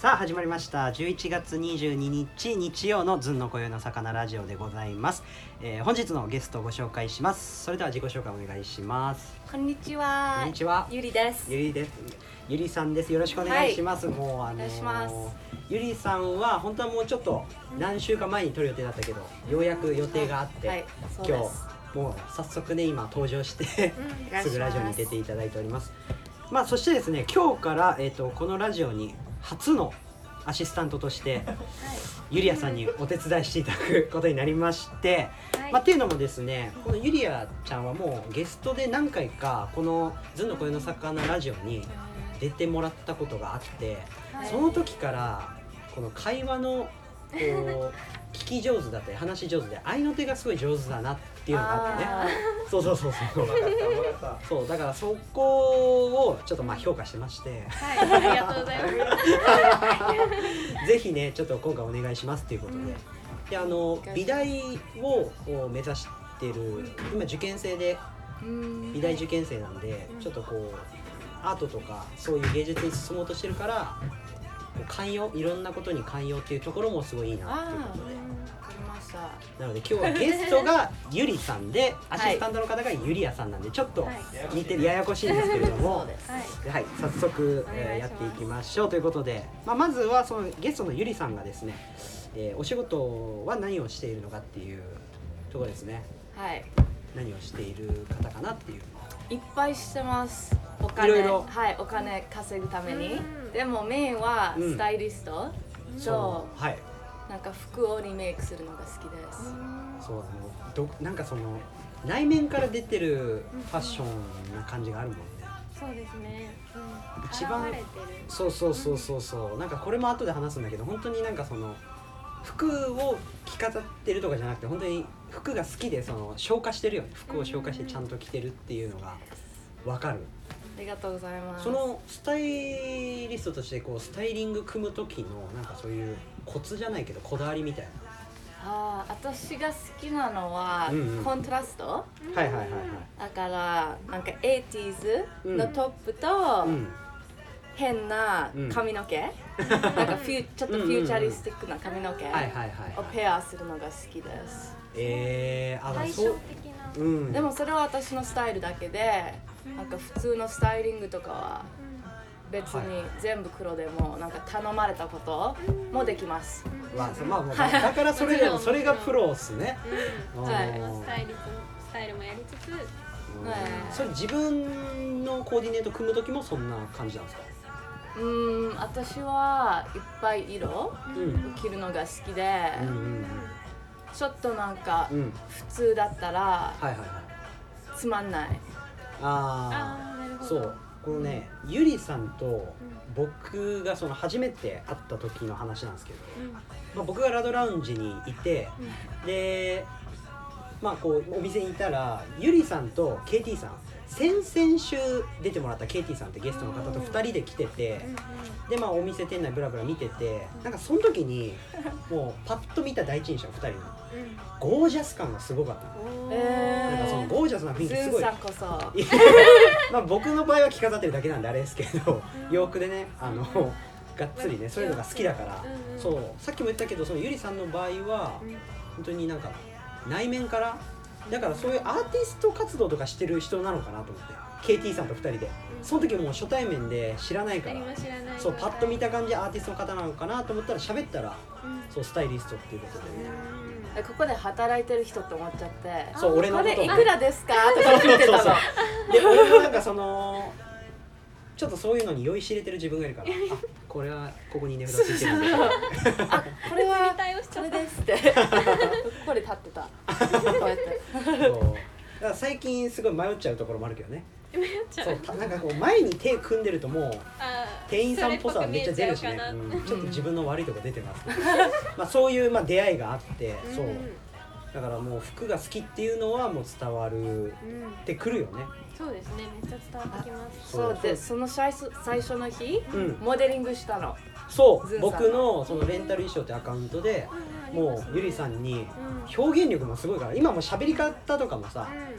さあ始まりました11月22日日曜のずんのこよいの魚ラジオでございます、本日のゲストをご紹介します。それでは自己紹介お願いします。 こんにちは。 こんにちは。 ゆりです。 ゆりさんです。よろしくお願いします。もうお願いします。 ゆりさんは本当はもうちょっと何週間前に撮る予定だったけど、ようやく予定があって、今日もう早速ね今登場してすぐラジオに出ていただいております。まあそしてですね今日からこのラジオに初のアシスタントとしてゆりやさんにお手伝いしていただくことになりまして、まあっていうのもですねこのゆりやちゃんはもうゲストで何回かこのずんのこよいの魚ラジオに出てもらったことがあって、その時からこの会話のこう聞き上手だったり話し上手で合いの手がすごい上手だなっていうのがあってね。そうそうだからそこをちょっとまあ評価してまして、 はい、ありがとうございますぜひねちょっと今回お願いしますっていうことで、で美大を目指してる今受験生で美大受験生なんで、ちょっとこうアートとかそういう芸術に進もうとしてるから寛容、いろんなことに寛容っていうところもすごいいいなっていうことで、なので今日はゲストがゆりさんでアシスタントの方がゆりやさんなんでちょっと似てるややこしいんですけれども、はい、早速、やっていきましょうということで、まずはそのゲストのゆりさんがですね、お仕事は何をしているのかっていうところですね。 はい。 何をしている方かなっていう。 いっぱいしてます。お金稼ぐために。でもメインはスタイリストと、なんか服をリメイクするのが好きです。 そうなんかその内面から出てるファッションな感じがあるもんね。 そうですね。 一番そうなんかこれも後で話すんだけど本当になんかその服を着飾ってるとかじゃなくて本当に服が好きでその消化してるよね。服を消化してちゃんと着てるっていうのが分かる。 ありがとうございます。 そのスタイリストとしてこうスタイリング組む時のなんかそういうコツじゃないけどこだわりみたいな。 私が好きなのはコントラスト。だからなんか 80s のトップと変な髪の毛、なんかちょっとフューチャリスティックな髪の毛をペアするのが好きです。 対照的な。 でもそれは私のスタイルだけで、なんか普通のスタイリングとかは別に全部黒でもなんか頼まれたこともできます。 だからそれがプロっすね。 スタイルもやりつつ、 それ自分のコーディネート組む時もそんな感じなんですか？ 私はいっぱい色を着るのが好きで、ちょっとなんか普通だったらつまんない。 そうこのねゆりさんと僕がその初めて会った時の話なんですけど、僕がラドラウンジにいて、でこうお店にいたらゆりさんと KT さん先々週出てもらった KT さんってゲストの方と2人で来てて、でお店店内ブラブラ見てて、なんかその時にもうパッと見た第一印象2人のゴージャス感がすごかった。なんかそのゴージャスな雰囲気すごい。 ズンさんこそ僕の場合は着飾ってるだけなんであれですけど、洋服でねがっつりねそういうのが好きだから、そうさっきも言ったけどそのゆりさんの場合は本当になんか内面からだからそういうアーティスト活動とかしてる人なのかなと思って KT さんと2人でその時もう初対面で知らないからそうパッと見た感じアーティストの方なのかなと思ったら喋ったらそうスタイリストっていうことでね、 ここで働いてる人って思っちゃって、 そう俺のことこれいくらですかとか聞いてたの。 で俺もなんかそのちょっとそういうのに酔いしれてる自分がいるからこれはここに値札ついてるんでこれはそれですってここで立ってたこうやってそうだから最近すごい迷っちゃうところもあるけどね。そうなんかこう前に手組んでるともう店員さんっぽさはめっちゃ出るしね、ちょっと自分の悪いとこ出てますねそういう出会いがあって、そうだからもう服が好きっていうのはもう伝わるってくるよね。 そうですね、めっちゃ伝わってきます。 そうでその最初の日、モデリングしたの。 そう僕のそのレンタル衣装ってアカウントでもうゆりさんに表現力もすごいから今も喋り方とかもさ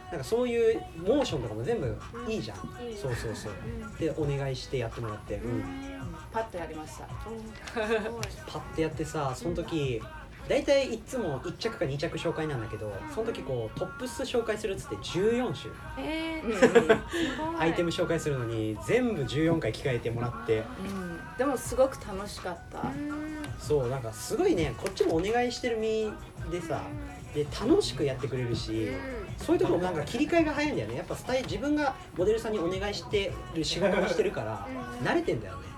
なんかそういうモーションとかも全部いいじゃん、そうそうそう、でお願いしてやってもらって、 パッとやりました。 パッてやってさ、その時大体いつも1着か2着紹介なんだけど、その時こうトップス紹介するっつって14種、アイテム紹介するのに全部14回聞かれてもらって、 でもすごく楽しかった。 そうなんかすごいね、こっちもお願いしてる身でさ、で楽しくやってくれるし、そういうところもなんか切り替えが早いんだよね。やっぱ自分がモデルさんにお願いしてる仕事にしてるから慣れてんだよね。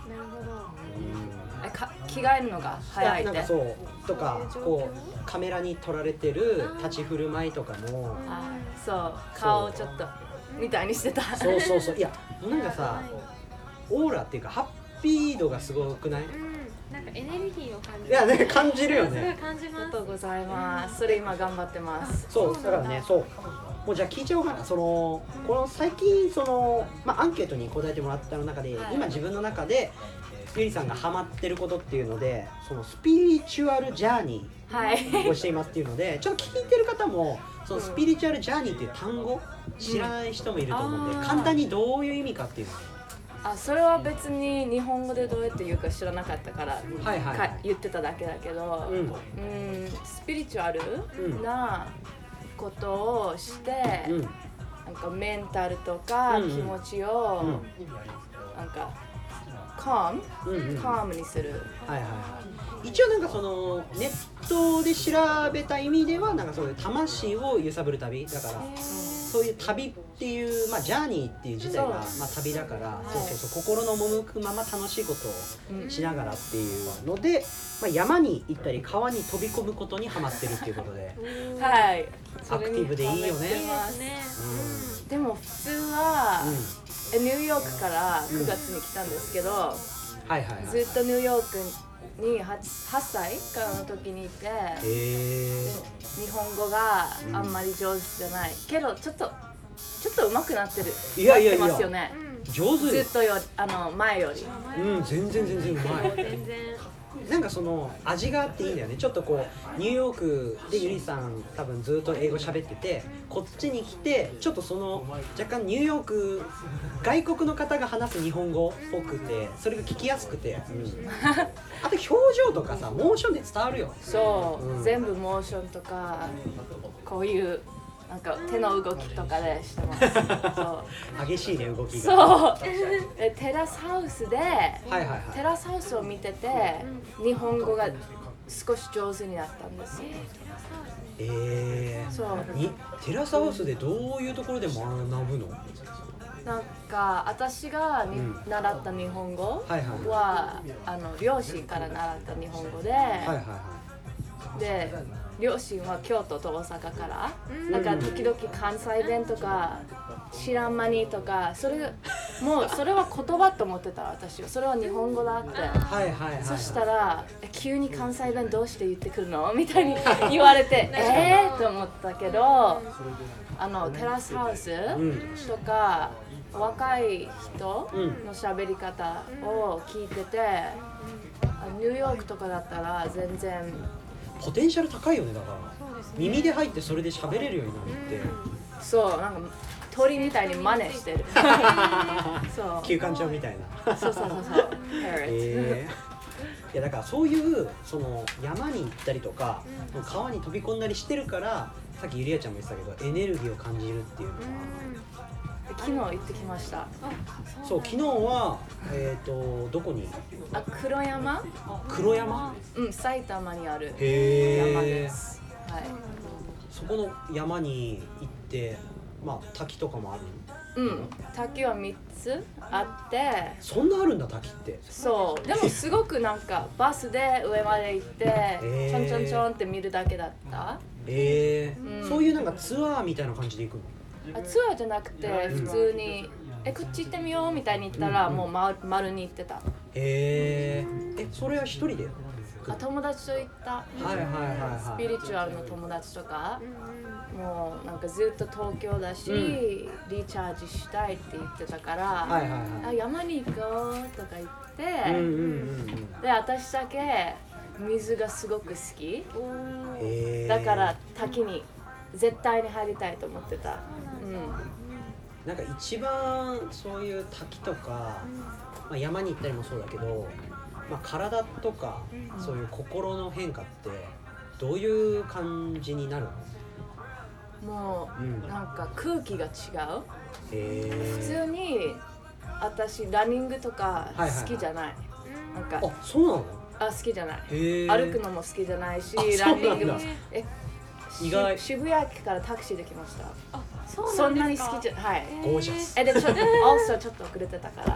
着替えるのが早いって。 なんかそうとか、こうカメラに撮られてる立ち振る舞いとかも、 そう顔をちょっとみたいにしてた。 そうそうそう、いやなんかさ、オーラっていうかハッピー度がすごくない？ なんかエネルギーを感じる。 いやね、感じるよね。 すごい感じます。 ありがとうございます。それ今頑張ってます。 そうだからね、そうもうじゃあ聞いちゃおうかな。この最近アンケートに答えてもらったの中で、今自分の中でゆりさんがハマってることっていうので、そのスピリチュアルジャーニーをしていますっていうので、ちょっと聞いてる方もそのスピリチュアルジャーニーっていう単語知らない人もいると思うんで、簡単にどういう意味かっていうのを。 それは別に日本語でどうやって言うか知らなかったから言ってただけだけど、スピリチュアルなことをして、なんかメンタルとか気持ちをなんかカームにする。 一応なんかネットで調べた意味ではなんかそういう魂を揺さぶる旅だから、そういう旅っていう、ジャーニーっていう自体が旅だから、そう心の赴くまま楽しいことをしながらっていうので、山に行ったり川に飛び込むことにハマってるっていうことで、アクティブでいいよね。でも普通はニューヨークから9月に来たんですけど、ずっとニューヨークに 8歳からの時にいて、日本語があんまり上手じゃないけど、ちょっと上手くなってる。 いやますよね。 上手。 ずっと前より。 全然うまい。なんか味があっていいんだよね。ちょっとこうニューヨークでゆりさん多分ずっと英語喋ってて、こっちに来てちょっと若干ニューヨーク外国の方が話す日本語っぽくて、それが聞きやすくて、あと表情とかさ、モーションで伝わるよ。 そう、全部モーションとかこういうなんか手の動きとかでしてます。 そう激しいね、動きが。 そうテラスハウスで、テラスハウスを見てて、日本語が少し上手になったんですよ。そうテラスハウスでどういうところで学ぶの？ なんか私が習った日本語は両親から習った日本語で、で両親は京都と大阪から、なんか時々関西弁とか知らんまにとか、それは言葉と思ってた私は。それは日本語だって。そしたら急に関西弁どうして言ってくるのみたいに言われてと思ったけど、テラスハウスとか若い人の喋り方を聞いてて、ニューヨークとかだったら全然ポテンシャル高いよね。だから耳で入ってそれで喋れるようになるって、 そうなんか鳥みたいに真似してる。そう休館長みたいな。そういやだからそういう山に行ったりとか、川に飛び込んだりしてるから、さっきゆりあちゃんも言ってたけどエネルギーを感じるっていうのは。 昨日行ってきました。 そう、昨日はどこに？ 黒山？ 黒山？ 埼玉にある山です。 そこの山に行って、滝とかもある？ 滝は3つあって。 そんなあるんだ、滝って。 そう、でもすごくなんかバスで上まで行ってちょんちょんちょんって見るだけだった。 そういうなんかツアーみたいな感じで行くの？ ツアーじゃなくて普通にこっち行ってみようみたいに言ったら、もう丸に行ってた。 それは一人で？ 友達と行った。スピリチュアルの友達とか、もうなんかずっと東京だし、リチャージしたいって言ってたから、山に行こうとか言って、で私だけ水がすごく好きだから滝に絶対に入りたいと思ってた。 なんか一番そういう滝とか、まあ、山に行ったりもそうだけど、まあ、体とかそういう心の変化ってどういう感じになるの？ もうなんか空気が違う。普通に私ランニングとか好きじゃない。なんかあ、そうなの？ 好きじゃない。歩くのも好きじゃないし、ランニングも意外。 渋谷駅からタクシーで来ました。そんなに好きじゃはい。 ゴージャス。 でちょっとalsoちょっと遅れてたから。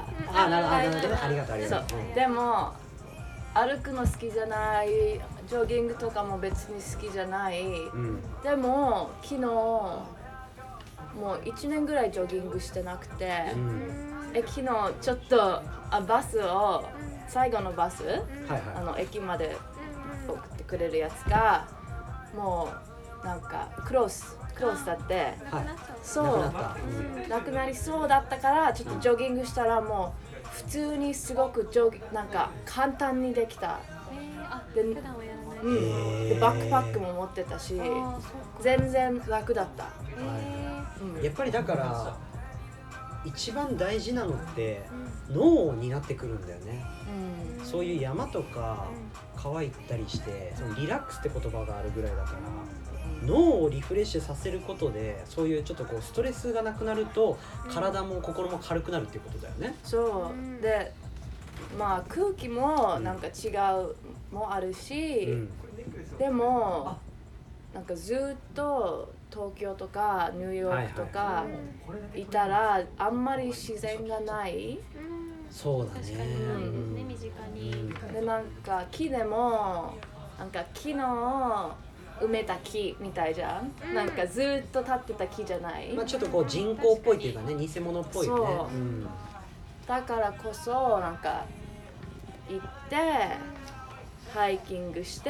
なるほど、ありがとうありがとう。 でも歩くの好きじゃない、ジョギングとかも別に好きじゃない。でも昨日もう1年ぐらいジョギングしてなくて、昨日ちょっとバスを最後のバス、駅まで送ってくれるやつがもうなんかクロスだって、そうなくなりそうだったからちょっとジョギングしたらもう普通にすごくなんか簡単にできた。でバックパックも持ってたし全然楽だった。 やっぱりだから一番大事なのって脳になってくるんだよね。そういう山とか川行ったりしてそのリラックスって言葉があるぐらいだから脳をリフレッシュさせることでそういうちょっとこうストレスがなくなると体も心も軽くなるっていうことだよね。 そうでまあ空気もなんか違うもあるし、でもなんかずっと東京とかニューヨークとかいたらあんまり自然がない。 そうだね。 身近に。 でなんか木でもなんか木の埋めた木みたいじゃん。なんかずっと立ってた木じゃない。 まあちょっとこう人工っぽいっていうかね、偽物っぽいよね。 だからこそなんか行ってハイキングして、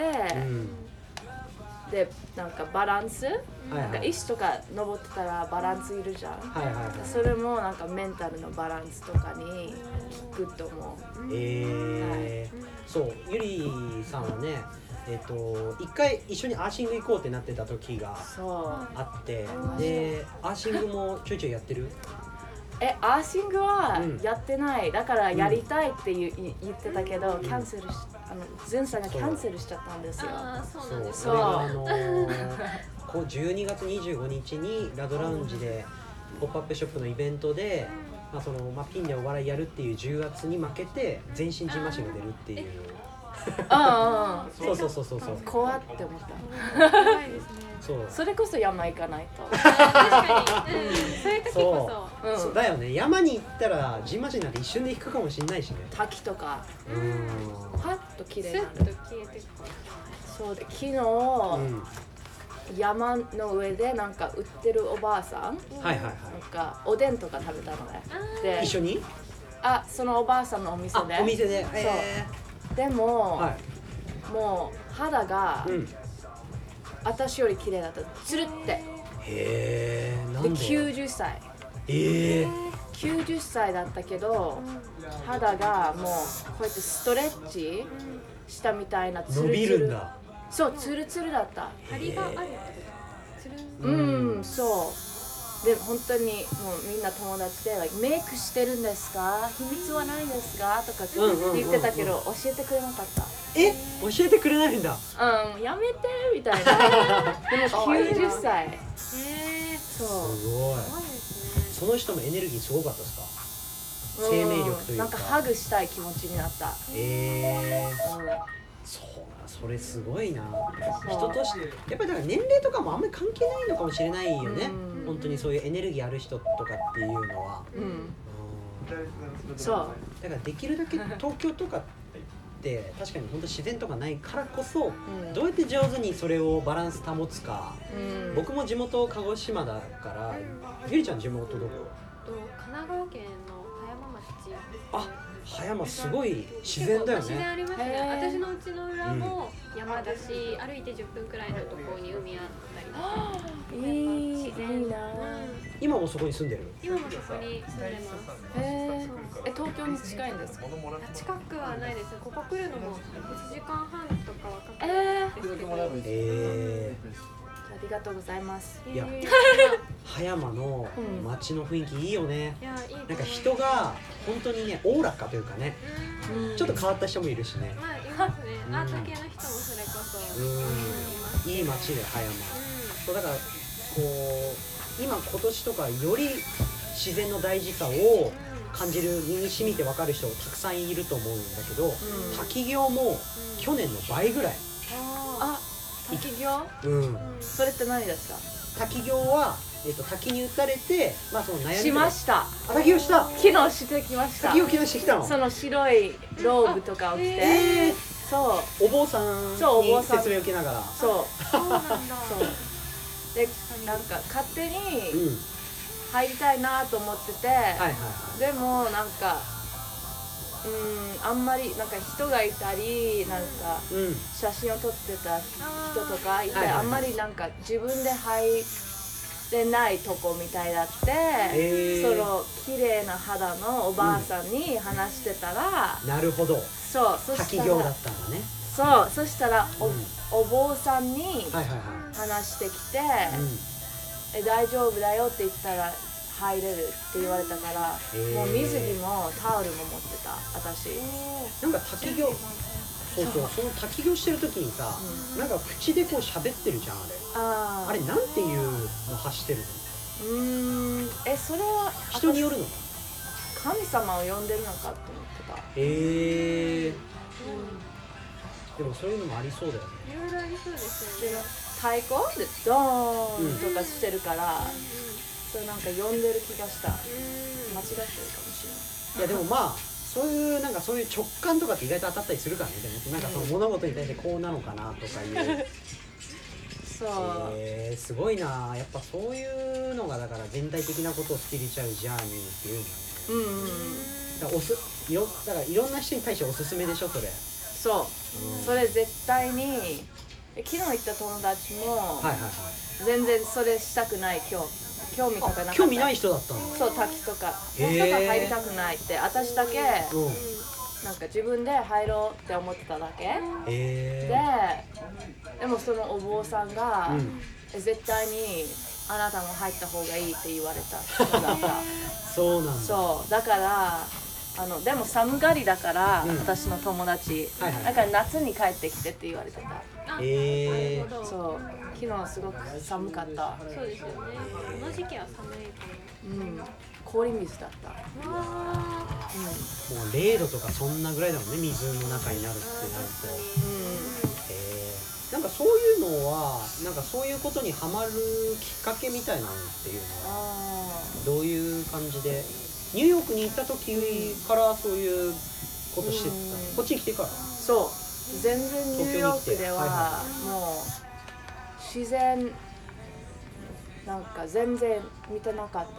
でなんかバランス、なんか石とか登ってたらバランスいるじゃん。それもなんかメンタルのバランスとかに効くと思う。 そう、ゆりさんはね、一回一緒にアーシング行こうってなってた時があって、でアーシングもちょいちょいやってる？ アーシングはやってない。だからやりたいって言ってたけど、キャンセルズンさんがキャンセルしちゃったんですよ。 それがこう12月25日にラドラウンジでポップアップショップのイベントで、ピンでお笑いやるっていう重圧に負けて全身ジンマシンが出るっていう。そう怖って思った。 怖いですね。 それこそ山行かないと。 確かに。そういう時こそ。 そうだよね。山に行ったらジンマシンなんて一瞬で行くかもしれないしね。 滝とかパッと綺麗になる。スッと消えてく。 そうで昨日山の上でなんか売ってるおばあさん、なんかおでんとか食べたのね。 で一緒に？ そのおばあさんのお店で。 お店で。 でも、もう肌が、私より綺麗だった。つるって。 なんで 90歳。90歳だったけど、肌がもうこうやってストレッチしたみたいなツルツル。伸びるんだ。そう、ツルツルだった。 張りがある。 そう。で本当にもうみんな友達でメイクしてるんですか？秘密はないんですか？とか言ってたけど教えてくれなかった。 教えてくれないんだ。 やめてみたいな。でも90歳。 すごい。その人のエネルギーすごかったですか？生命力というか。 なんかハグしたい気持ちになった。 それすごいな。人としてやっぱりだから年齢とかもあんまり関係ないのかもしれないよね。本当にそういうエネルギーある人とかっていうのは。 そうだからできるだけ東京とかって確かに本当自然とかないからこそ、どうやって上手にそれをバランス保つか。僕も地元鹿児島だから、ゆりちゃん地元どこ？ 神奈川県の葉山町。 葉山すごい自然だよね。 自然ありますね。私の家の裏も山だし、歩いて10分くらいのところに海あったりとか。 いいな。 今もそこに住んでる？ 今もそこに住んでます。 東京に近いんですか？ 近くはないです。ここ来るのも1時間半とかはかかるんですけど。 ありがとうございます。 いや葉山の街の雰囲気いいよね。なんか人が本当にねおおらかというかね、ちょっと変わった人もいるしね。 まあいますね。アート系の人もそれこそいい街で葉山。そうだからこう今年とかより自然の大事さを感じる、身に染みて分かる人たくさんいると思うんだけど、滝行も去年の倍ぐらい。 あ、滝行？それって何ですか？ 滝行は、滝に打たれて、まあその悩みしました。 滝行した。 昨日してきました。 滝行昨日してきたの。 その白いローブとかを着て、そう。 お坊さんに説明を受けながら。 そう。そうなんだ。そう。で、なんか勝手に入りたいなと思ってて、でもなんか。あんまりなんか人がいたりなんか写真を撮ってた人とかいて、あんまりなんか自分で入れないとこみたいだって、その綺麗な肌のおばあさんに話してたら、 なるほど、 そう滝行だったんだね。 そう、そしたらお坊さんに話してきて、大丈夫だよって言ったら入れるって言われたから、もう水着もタオルも持ってた私。 なんか滝行、その滝行してる時にさ、なんか口でこう喋ってるじゃんあれなんていうの発してるの？ それは人によるのか？ 神様を呼んでるのかと思ってた。 でもそういうのもありそうだよね。 いろいろありそうですよね。 太鼓でドーンとかしてるから、それなんか呼んでる気がした。間違ってるかもしれない。いやでもまあそういうなんかそういう直感とかって意外と当たったりするからね。でもなんかその物事に対してこうなのかなとかいうそう、 すごいな。やっぱそういうのがだから全体的なことをスピリチュアルジャーニーっていうんだね。だからいろんな人に対しておすすめでしょそれ。 そう、それ絶対に。昨日行った友達も全然それしたくない、興味とかなかった。 興味ない人だったの？ そう、滝とか入りたくないって。私だけなんか自分で入ろうって思ってただけでもそのお坊さんが絶対にあなたも入った方がいいって言われた人だった。 そうなんだ。そうだからでも寒がりだから、私の友達、だから夏に帰ってきてって言われてた。そう、昨日すごく寒かった。 そうですよね。この時期は寒いから。 氷水だった。 もう0度とかそんなぐらいだもんね、水の中になるってなると。なんかそういうのはなんかそういうことにハマるきっかけみたいなのっていうのはどういう感じで？ニューヨークに行った時からそういうことしてた？こっちに来てから？ そう、全然ニューヨークではもう自然なんか全然見てなかった。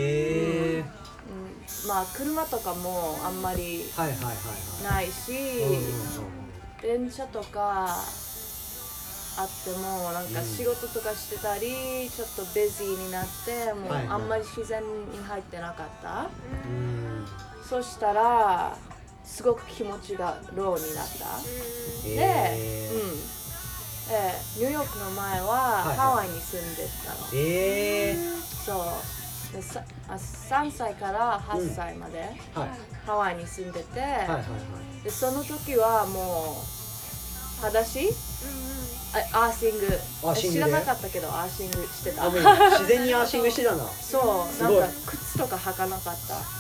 まあ車とかもあんまりないし、電車とかあってもなんか仕事とかしてたりちょっとビジーになってもうあんまり自然に入ってなかった。そしたらすごく気持ちがローになった。で、ニューヨークの前はハワイに住んでたの。そうで3歳から8歳までハワイに住んでて、でその時はもう裸足アーシング知らなかったけどアーシングしてた。 自然にアーシングしてたんだ。 そうなんか靴とか履かなかった。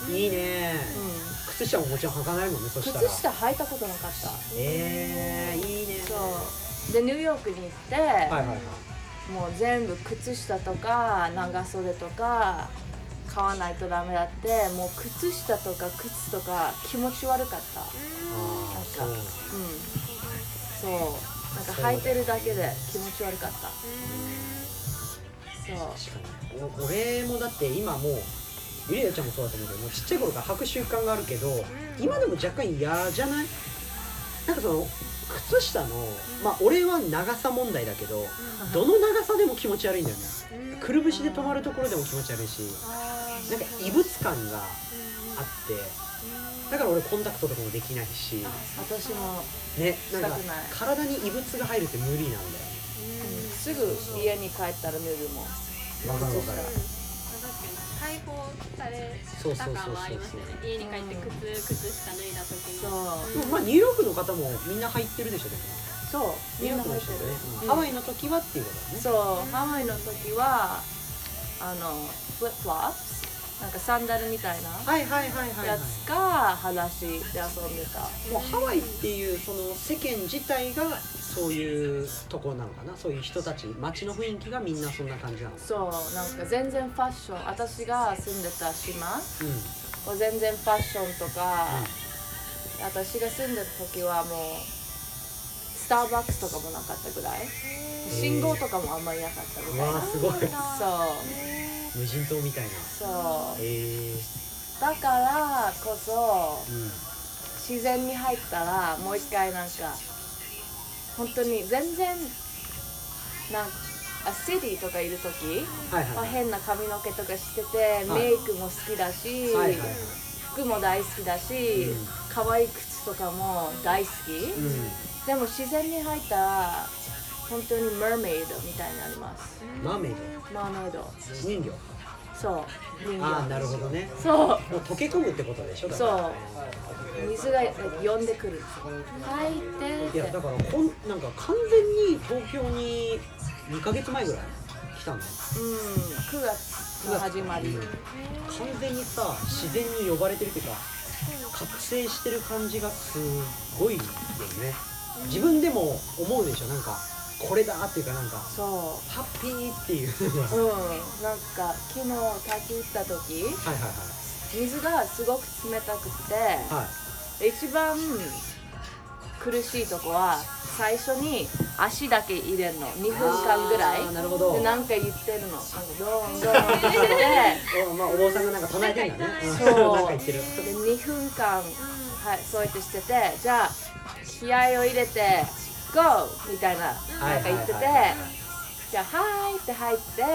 いいね。靴下ももちろん履かないもんね。そしたら靴下履いたことなかった。 いいね。 そうでニューヨークに行ってもう全部靴下とか長袖とか買わないとダメだって。もう靴下とか靴とか気持ち悪かった。なんかそうなんか履いてるだけで気持ち悪かった。そう確かに俺もだって今もうゆりやちゃんもそうだと思うけどもうちっちゃい頃から履く習慣があるけど今でも若干嫌じゃない？なんかその靴下のまあ俺は長さ問題だけどどの長さでも気持ち悪いんだよね。くるぶしで止まるところでも気持ち悪いしなんか異物感があってだから俺コンタクトとかもできないし。 私もね、なんか体に異物が入るって無理なんだよね。 すぐ家に帰ったら脱ぐもん。 わかるわかる。 確かに解放された感はありますよね。家に帰って靴下脱いだ時に。 そう。 まあニューヨークの方もみんな入ってるでしょでも。 そう。 ニューヨークの人ね。ハワイの時はっていうことだね。 そう。ハワイの時はフリップフロップ。なんかサンダルみたいなやつか裸足で遊んでた。 もうハワイっていうその世間自体がそういうところなのかな。そういう人たち、街の雰囲気がみんなそんな感じなの。 そうなんか全然ファッション、私が住んでた島は全然ファッションとか、私が住んでた時はもうスターバックスとかもなかったぐらい、信号とかもあんまりなかったぐらい。 わあすごい。 そう無人島みたいな。 そう。だからこそ、自然に入ったらもう一回なんか本当に全然なんかシティとかいる時は変な髪の毛とかしてて、メイクも好きだし、服も大好きだし、可愛い靴とかも大好き。でも自然に入ったら本当にマーメイドみたいになります。 マーメイド。 マーメイド。 人魚。 そう。人魚。 ああなるほどね。 そう。 もう溶け込むってことでしょ。 そう。水が呼んでくる。入って。 いやだからなんか完全に東京に2ヶ月前ぐらい来たの。 9月の始まり。 完全にさ自然に呼ばれてるっていうか覚醒してる感じがすごいよね。自分でも思うでしょ。なんかこれだっていうかなんかそうハッピーっていうなんか昨日滝行った時、水がすごく冷たくて、一番苦しいとこは最初に足だけ入れるの2分間ぐらいでなんか言ってるの、なんかドーンドーンって言ってまあお坊さんがなんか唱えてんだね。 そうなんか言ってる。 で2分間そうやってしてて、じゃあ気合を入れて GO! みたいななんか言ってて、じゃあはいって入って、で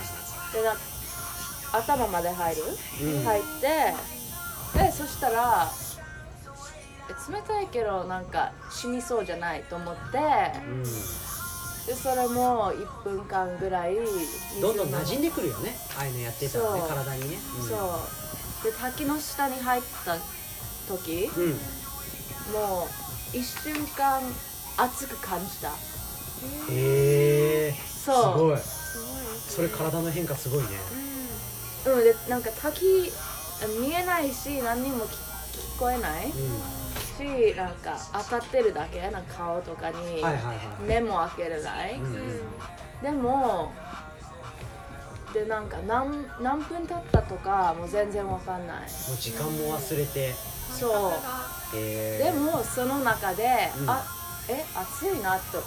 頭まで入る、入ってでそしたら冷たいけどなんか死にそうじゃないと思って、でそれも1分間ぐらいどんどん馴染んでくるよね、ああいうのやってたらね、体にね。 そうで滝の下に入った時、もう一瞬間熱く感じた。 へえ、すごい。 すごい。 それ体の変化すごいね。 でなんか滝見えないし何にも聞こえない、しなんか当たってるだけ、なんか顔とかに目も開けれない、でもでなんか何分経ったとかもう全然わかんない。もう時間も忘れて。 そう。でもその中で、暑いなと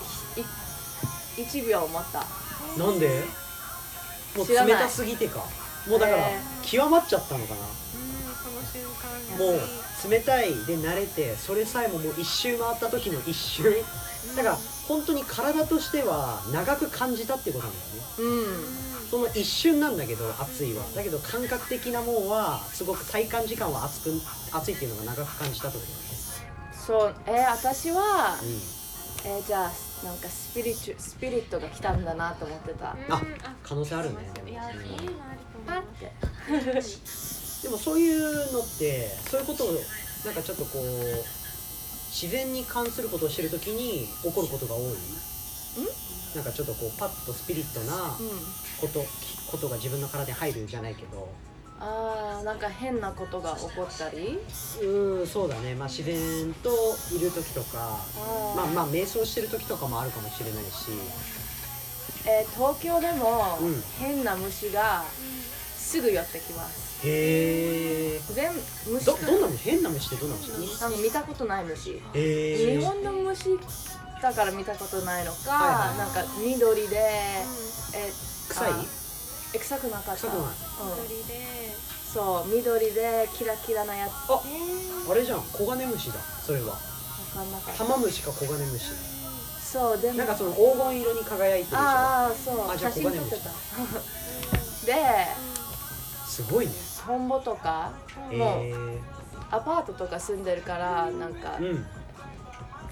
1秒思った。 なんで？もう冷たすぎてか。もうだから極まっちゃったのかな。 その瞬間もう冷たいで慣れて、それさえももう一周回った時の一瞬。だから本当に体としては長く感じたってことなんだよね。その一瞬なんだけど暑いは。だけど感覚的なもんはすごく体感時間は暑いっていうのが長く感じたってことなんです。 そう、私は、じゃあなんかスピリットが来たんだなと思ってた。 可能性あるね。 パッてでもそういうのってそういうことをなんかちょっとこう自然に関することをしてるときに起こることが多い。なんかちょっとこうパッとスピリットなことが自分の体に入るじゃないけど。 なんか変なことが起こったり。 そうだね。まあ自然といる時とか、まあ瞑想してる時とかもあるかもしれないし。 東京でも変な虫がすぐ寄ってきます。 へえ。どんな虫？変な虫ってどんな虫？ なんか見たことない虫。日本の虫だから見たことないのか、なんか緑で、 臭い？ 臭くなかった。 臭くない。 緑で。 そう、緑でキラキラなやつ。 あれじゃん、コガネムシだ。それは。 分かんなかった。 タマムシかコガネムシ。 そうでもなんかその黄金色に輝いてるでしょ。 そう。 じゃあ写真撮ってた。で、 すごいね。 トンボとかもうアパートとか住んでるからなんか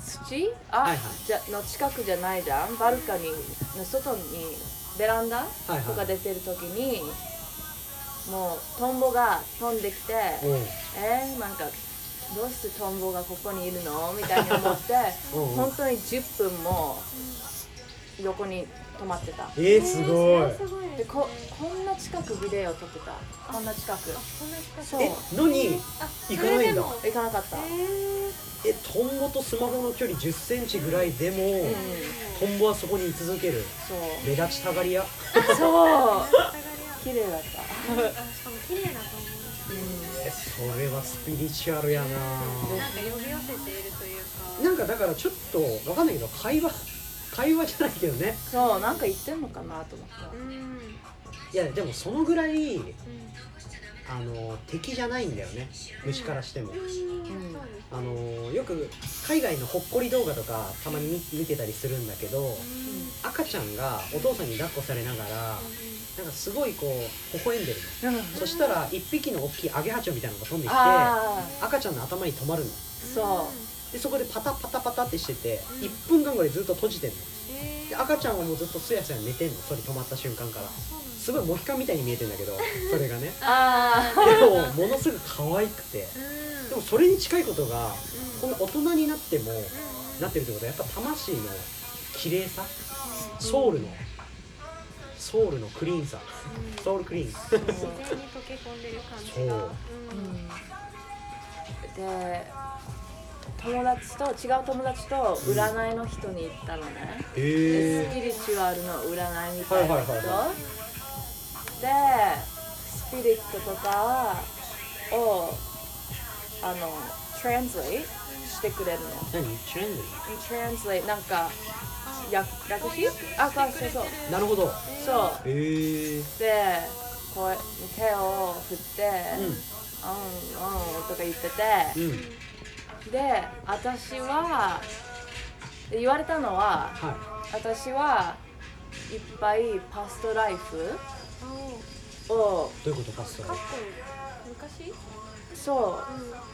土の近くじゃないじゃん。バルカニーの外にベランダとか出てる時に、もうトンボが飛んできて、なんかどうしてトンボがここにいるのみたいに思って本当に10分も横に止まってた。 すごい。 でこんな近くビデオ撮ってた。こんな近く。 のに行かないんだ。 行かなかった。 トンボとスマホの距離10センチぐらいでも、トンボはそこに居続ける。目立ちたがり屋。 そう綺麗だった。 しかも綺麗だと思う。 それはスピリチュアルやな。なんか呼び寄せているというか。 なんかだからちょっとわかんないけど会話じゃないけどね。 そうなんか言ってんのかなと思った。 いやでもそのぐらい、敵じゃないんだよね、虫からしても。よく海外のほっこり動画とかたまに見てたりするんだけど、赤ちゃんがお父さんに抱っこされながらなんかすごいこう微笑んでるの、そしたら一匹の大きいアゲハチョウみたいなのが飛んできて赤ちゃんの頭に止まるの。でそこでパタパタパタってしてて、1分間ぐらいずっと閉じてんの。で赤ちゃんはもうずっとすやすや寝てんの、それ止まった瞬間から。すごいモヒカンみたいに見えてんだけど、それがねでもものすごく可愛くて、でもそれに近いことがこの大人になってもなってるってことは、やっぱ魂の綺麗さ、ソウルのクリーンさ、ソウルクリーン自然に溶け込んでる感じが。 で違う友達と占いの人に行ったのね。スピリチュアルの占いみたいな人で、スピリットとかをトランスレートしてくれるの。 何？ トランスレートなんか訳し？そうなるほど。 そうでこう手を振ってとか言ってて、で私は言われたのは、私はいっぱいパストライフをどういうこと？パストライフ昔？ そう、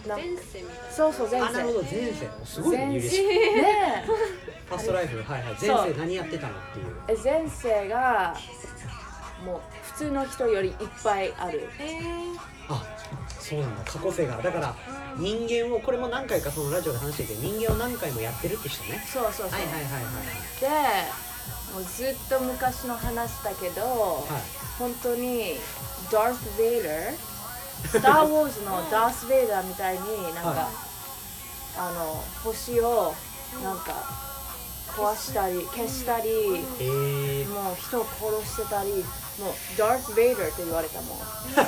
前世みたいな。 そう前世。 なるほど、前世。すごいね、嬉しい。パストライフ、前世何やってたのっていう。 前世がもう普通の人よりいっぱいある。 そうなんだ、過去世が。だから人間を、これも何回かそのラジオで話してるけど、人間を何回もやってるって人ね。 そうでもうずっと昔の話だけど、本当にダース・ベイダー、スター・ウォーズのダース・ベイダーみたいになんか、星をなんか壊したり消したり、もう人を殺してたり、もうダース・ベイダーって言われたもん。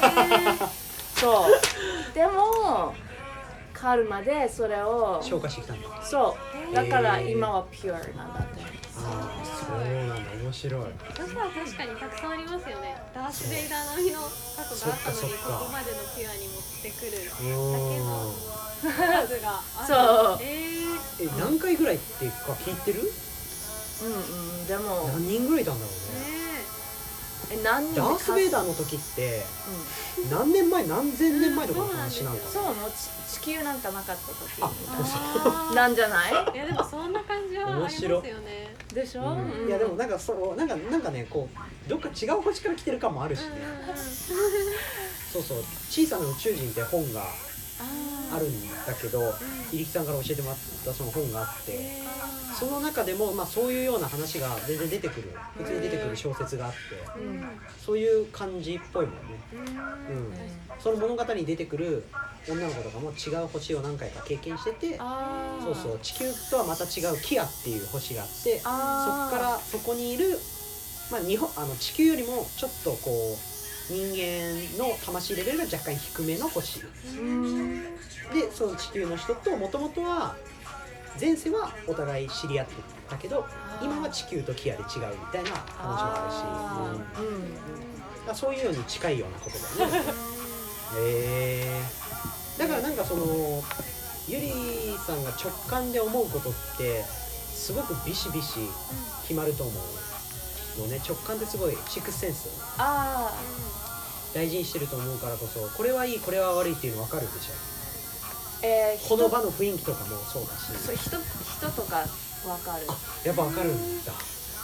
そうでもカルマでそれを消化してきたんだ。 そうだから今はピュアなんだって。 そうなんだ、面白い。 だから確かにたくさんありますよね。ダース・ベイダー並みの過去があったのに、ここまでのピュアに持ってくるだけの数がある。 そう何回ぐらいっていうか聞いてる？ でも何人ぐらいいたんだろうね。ダース・ベイダーの時って何年前、何千年前とかの話なんだ。 そう、地球なんかなかった時なんじゃない？ いやでもそんな感じはありますよね。 でしょ？ いやでもなんかなんかね、こうどっか違う星から来てる感もあるしね。そうそう、小さな宇宙人って本があるんだけど、入木さんから教えてもらったその本があって、その中でもそういうような話が全然出てくる、普通に出てくる小説があって、そういう感じっぽいもんね。その物語に出てくる女の子とかも違う星を何回か経験してて、そうそう、地球とはまた違うキアっていう星があって、そこにいる、地球よりもちょっとこう人間の魂レベルが若干低めの星で、その地球の人ともともとは前世はお互い知り合ってたけど、今は地球とキアで違うみたいな話もあるし、そういうように近いようなことだよね。だからなんかそのゆりさんが直感で思うことってすごくビシビシ決まると思うのね。直感ってすごいシックスセンス大事にしてると思うからこそ、これはいいこれは悪いっていうの分かるでしょ。 この場の雰囲気とかもそうだし、 そう人とか分かる。 やっぱ分かるんだ。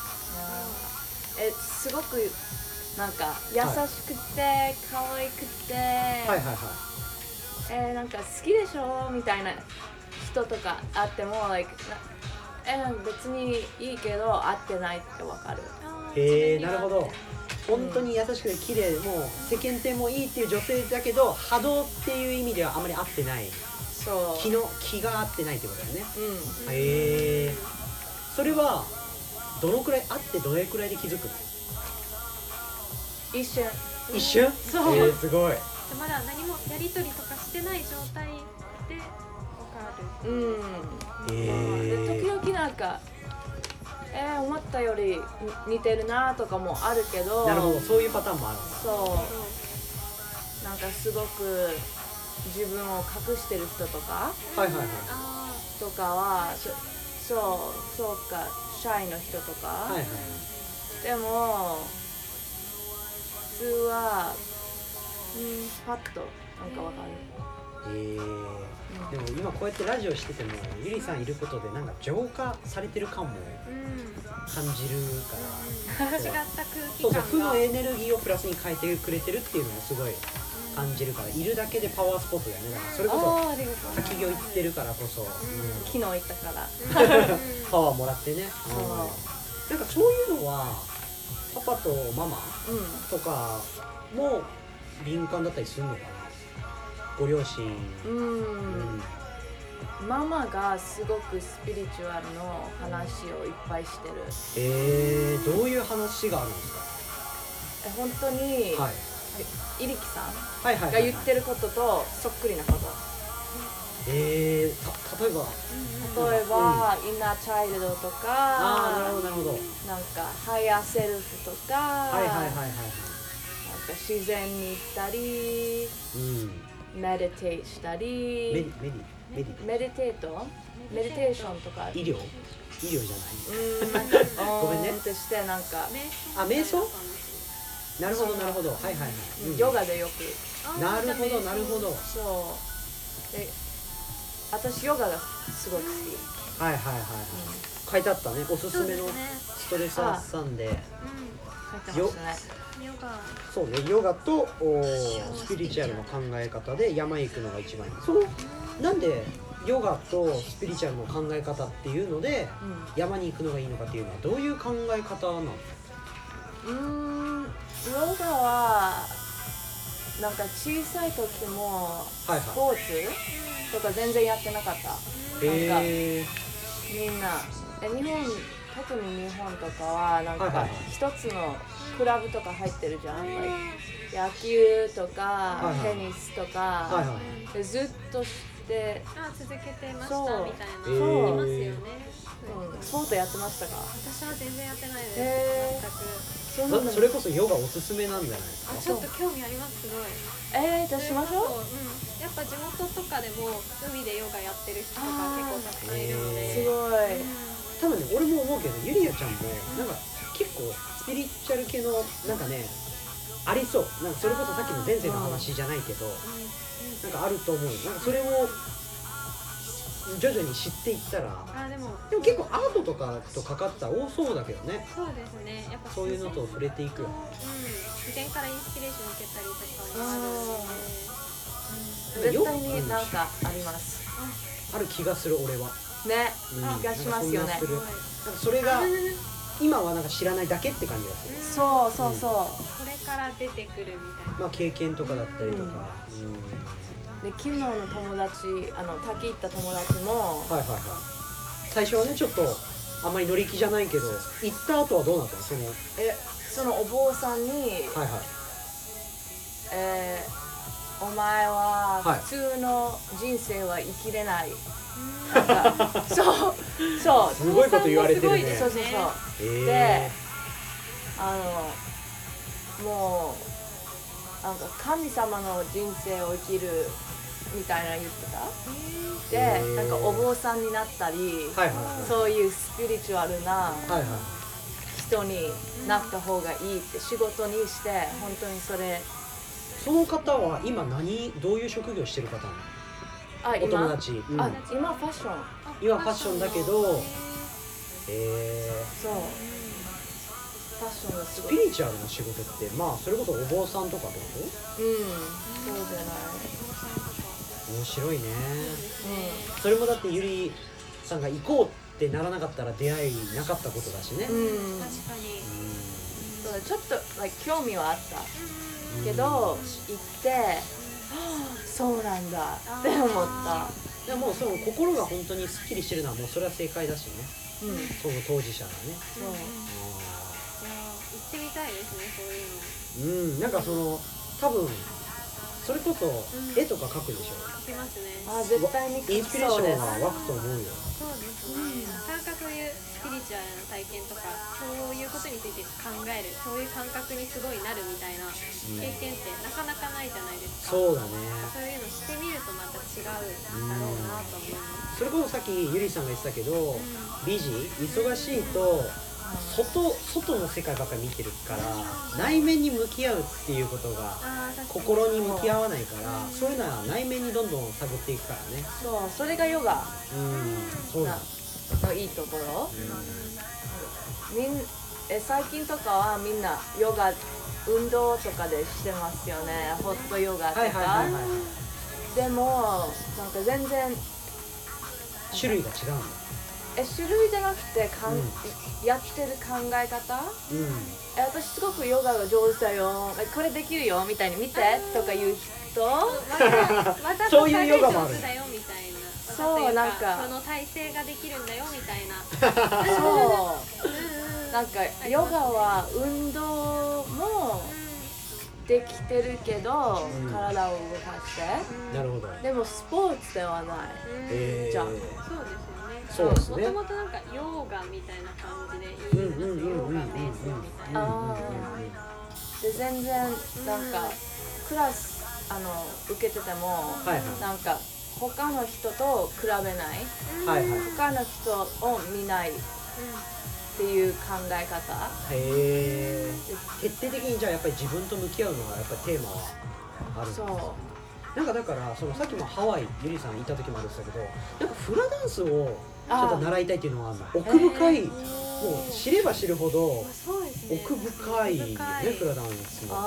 すごくなんか優しくて可愛くて、 はいはいはい、 なんか好きでしょみたいな人とかあっても、like、別にいいけど会ってないって分かる。 へえ、なるほど。本当に優しくて綺麗、もう世間体もいいっていう女性だけど波動っていう意味ではあまり合ってない。 そう。 気が合ってないってことだよね。 へえ。それはどのくらい会ってどれくらいで気づくの？ 一瞬。 一瞬？ そう。 すごい。 まだ何もやり取りとかしてない状態で分かる。 で時々なんか思ったより似てるなとかもあるけど。 なるほど、そういうパターンもある。 そうなんかすごく自分を隠してる人とか、 はいはいはい、 とかはそうか、シャイの人とか、はいはい、でも普通はパッとなんかわかる。 でも今こうやってラジオしててもゆりさんいることでなんか浄化されてる感も感じるから、 違った空気感が、 そう負のエネルギーをプラスに変えてくれてるっていうのもすごい感じるから、いるだけでパワースポットだよね。だからそれこそ滝行行ってるからこそ、 昨日行ったからパワーもらってね。なんかそういうのはパパとママとかも敏感だったりするのかな、ご両親。 ママがすごくスピリチュアルの話をいっぱいしてる。 どういう話があるんですか？ 本当に、 はい、 イリキさんが言ってることとそっくりなこと。例えば、インナーチャイルドとか、 なるほどなるほど、 なんかハイヤーセルフとか、なんか自然に行ったり、メディテーしたり、メディテーションとか、 医療じゃない、 なんかごめんねってして、なんか瞑想、なるほどなるほど、はいはいはい、 ヨガでよく、 なるほどなるほど、 そうで、私ヨガがすごい好き。 はいはいはいはい、書いてあったね、おすすめのストレス発散で、 書いてましたね。 そうね、ヨガとスピリチュアルの考え方で山行くのが一番いい。なんでヨガとスピリチュアルの考え方っていうので、山に行くのがいいのかっていうのはどういう考え方なの？ ヨガはなんか小さい時もスポーツとか全然やってなかった。なんかみんな日本、特に日本とかはなんか一つのクラブとか入ってるじゃん、野球とかテニスとか、でずっとして続けてましたみたいな言いますよね。 スポーツやってましたか？ 私は全然やってないです。全く。 それこそヨガおすすめなんじゃないですか？ ちょっと興味あります、すごい。 じゃあしましょう。 やっぱ地元とかでも海でヨガやってる人とか結構たくさんいるので。 すごい。 多分ね、俺も思うけど、ゆりやちゃんもなんか結構スピリチュアル系のなんかねありそう。なんかそれこそさっきの前世の話じゃないけど、なんかあると思う。なんかそれを徐々に知っていったら、でも結構アートとかとかかったら多そうだけどね。 そうですね。やっぱそういうのと触れていくよ。 自然からインスピレーション受けたりとかもあるし、絶対になんかあります。 ある気がする、俺は。 ね、気がしますよね。 なんかそれが今はなんか知らないだけって感じがする。 そう。 これから出てくるみたいな。 まあ経験とかだったりとか。 で昨日の友達、滝行った友達も、 最初はねちょっとあんまり乗り気じゃないけど、行った後はどうなったの？ そのお坊さんに、お前は普通の人生は生きれない。そうすごいこと言われてるね。 そうで、もうなんか神様の人生を生きるみたいな言ってた。で、なんかお坊さんになったり、そういうスピリチュアルな人になった方がいいって仕事にして、本当にその方は今どういう職業してる方なの？ お友達、 今ファッション今ファッションだけどそうファッションがすごいスピリチュアルの仕事ってまあそれこそお坊さんとかってことそうじゃない面白いね、それもだってゆりさんが行こうってならなかったら出会いなかったことだしね、 確かに、 ちょっと、興味はあったけど、行ってそうなんだって思った。 でもその心が本当にすっきりしてるのはもうそれは正解だしね、その当事者がね。 行ってみたいですね、そういうの。 なんかその多分それこそ絵とか描くでしょ。 描きますね。 絶対にインスピレーションが湧くと思うよ。 そうですね。なかなかそういうスピリチュアルな体験とかそういうことについて考える、そういう感覚にすごいなるみたいな経験ってなかなかないじゃないですか。 そうだね。 そういうのしてみるとまた違うだろうなと思います。 それこそさっきゆりさんが言ってたけど、ビジ忙しいと外の世界ばっかり見てるから内面に向き合うっていうことが心に向き合わないから、そういうのは内面にどんどん探っていくからね。 それがヨガそうだのいいところ。最近とかはみんなヨガ運動とかでしてますよね。ホットヨガとか。でもなんか全然種類が違うんだ。 種類じゃなくてやってる考え方、私すごくヨガが上手だよ、これできるよみたいに見てとか言う人そういうヨガもある。 そうなんかその体勢ができるんだよみたいな。 そうなんかヨガは運動もできてるけど、体を動かして、 なるほど。 でもスポーツではない。じゃあそうですよね。もともとなんかヨガみたいな感じでいいんですよ。ヨガ瞑想みたいな。 で全然なんかクラス受けてても、なんか他の人と比べない、他の人を見ないっていう考え方。 徹底的にじゃあやっぱり自分と向き合うのがやっぱりテーマはあるんですか。なんかだからそのさっきもハワイゆりさん行った時もあるんですけど、なんかフラダンスをちょっと習いたいっていうのはあるの。奥深い、もう知れば知るほど奥深いね、フラダンスも。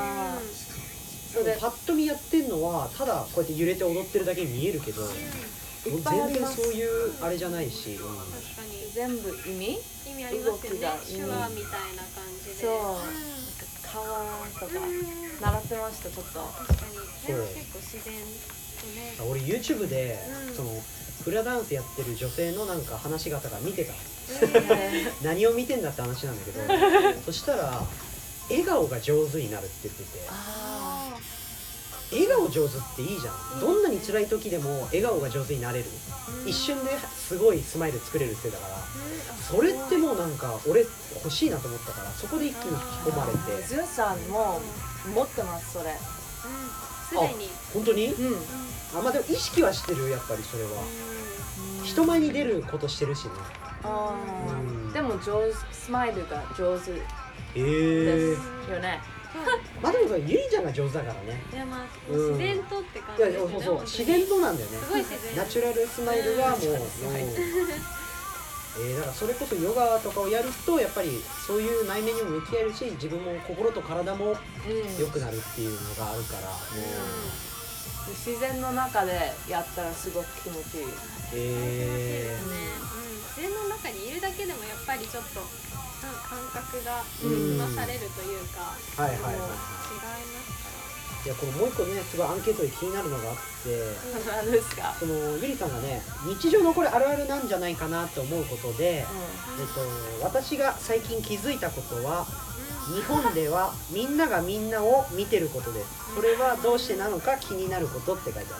パッと見やってるのはただこうやって揺れて踊ってるだけに見えるけど、全然そういうあれじゃないし、 全部意味ありますよね。手話みたいな感じで。 川とか習ってました。ちょっと確かに結構自然とね。 俺 YouTube でそのフラダンスやってる女性のなんか話し方が見てた。何を見てんだって話なんだけど、そしたら笑顔が上手になるって言ってて、笑顔上手っていいじゃん。どんなに辛い時でも笑顔が上手になれる、一瞬ですごいスマイル作れるってだから、それってもうなんか俺欲しいなと思ったから、そこで一気に引き込まれて。 ズンさんも持ってます、それ。 すでに。 本当に？まあでも意識はしてる、やっぱりそれは。人前に出ることしてるしね。 でもスマイルが上手ですよね。 まあでもそれゆりちゃんが上手だからね。 いやまあ自然とって感じですよね。 そう自然となんだよね。 すごい自然。 ナチュラルスマイルがもう。だからそれこそヨガとかをやるとやっぱりそういう内面にも向き合えるし、自分も心と体も良くなるっていうのがあるから、 自然の中でやったらすごく気持ちいい。 自然の中にいるだけでもやっぱりちょっと感覚が生まされるというか、違いますから。 いやこのもう一個ねすごいアンケートで気になるのがあって、 何ですか？ そのゆりさんがね日常のこれあるあるなんじゃないかなと思うことで、私が最近気づいたことは、日本ではみんながみんなを見てることです。それはどうしてなのか気になることって書いてあって、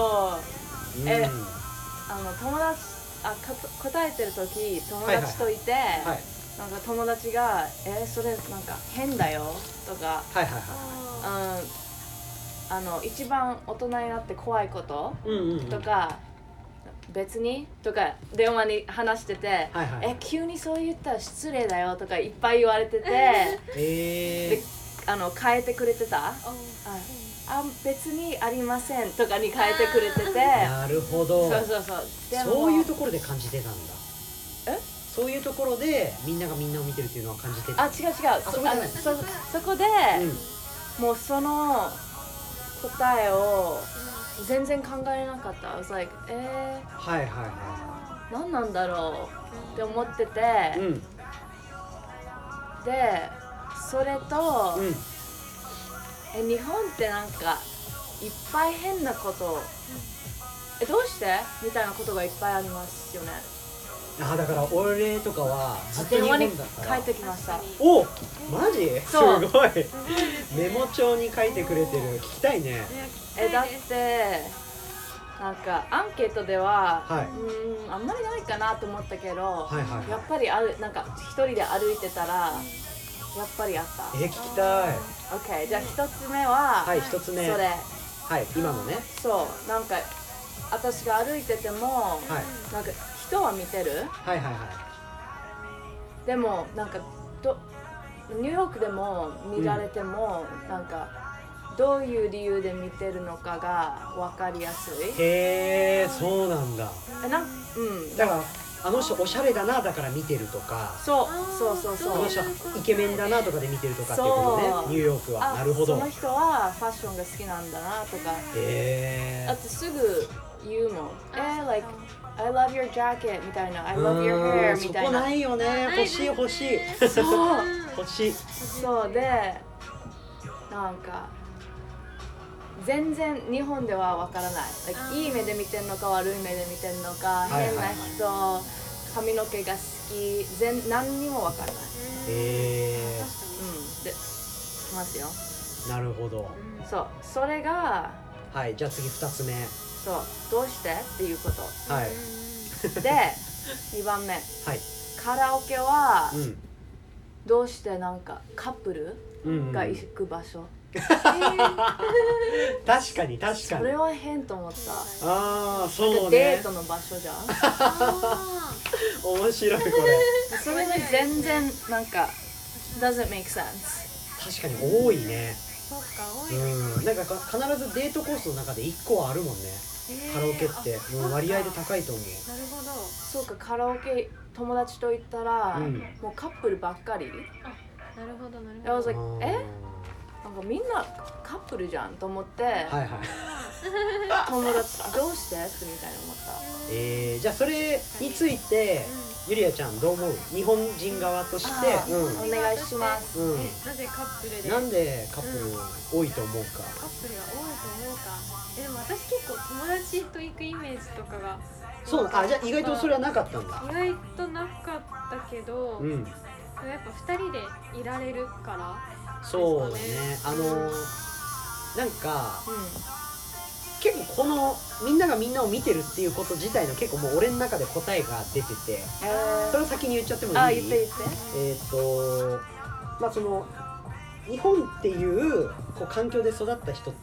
友達答えてる時友達といて、なんか友達がそれなんか変だよとか、一番大人になって怖いこととか、別にとか電話に話してて、急にそう言ったら失礼だよとかいっぱい言われてて、で変えてくれてた。 別にありませんとかに変えてくれてて、 なるほど。 そうそうそう。 でもそういうところで感じてたんだ。 え？ そういうところでみんながみんなを見てるっていうのは感じてた。 違う。そこで、もうその答えを全然考えなかった。I was like はいはいは何なんだろうって思ってて、でそれと、日本ってなんかいっぱい変なこと、どうしてみたいなことがいっぱいありますよね。 だから俺とかはずっと日本だから帰ってきました。 お、マジ？すごいメモ帳に書いてくれてる。聞きたいね。 だってなんかアンケートでは、あんまりないかなと思ったけど、やっぱりなんか一人で歩いてたらやっぱりあった。 聞きたい。 OK、じゃあ一つ目は、 一つ目。 それ。 今のね。 そう、なんか私が歩いてても、なんか人は見てる。でもなんかニューヨークでも見られても、なんかどういう理由で見てるのかが分かりやすい。 へえ、そうなんだ。だからあの人おしゃれだなだから見てるとか、 そうあの人イケメンだなとかで見てるとかっていうことね、ニューヨークは。なるほど。 その人はファッションが好きなんだなとか。だってすぐ言うもん。like I love your jacket みたいな、I love your hair みたいな。 そこないよね。欲しい欲しい。 そう欲しい。 そうで、なんか全然日本ではわからない。いい目で見てんのか悪い目で見てんのか、変な人、髪の毛が好き、何にもわからない。で、きますよ。 なるほど。 そう、それがじゃあ次2つ目。 そう、どうしてっていうこと。で、2番目。カラオケはどうしてなんかカップルが行く場所。 確かにそれは変と思った。 そうね。 デートの場所じゃん。 面白いこれ。 それが全然なんか doesn't make sense。 確かに多いね。 そっか、多い。 なんか必ずデートコースの中で1個はあるもんね。カラオケって割合で高いと思う。 なるほど。 そうか、カラオケ友達と行ったらもうカップルばっかり。 なるほどなるほど。 I was like なんかみんなカップルじゃんと思って、友達どうしてってみたいな思った。 じゃあそれについてゆりあちゃんどう思う？日本人側として、 お願いします。 なぜカップルで？ なんでカップル多いと思うか？ カップルが多いと思うか。でも私結構友達と行くイメージとかが。 そう、じゃあ意外とそれはなかったんだ。 意外となかったけど、やっぱ2人でいられるから。 そうだね。なんか、結構このみんながみんなを見てるっていうこと自体の結構もう俺の中で答えが出てて、それを先に言っちゃってもいい？ 言ってまあその日本っていう環境で育った人って、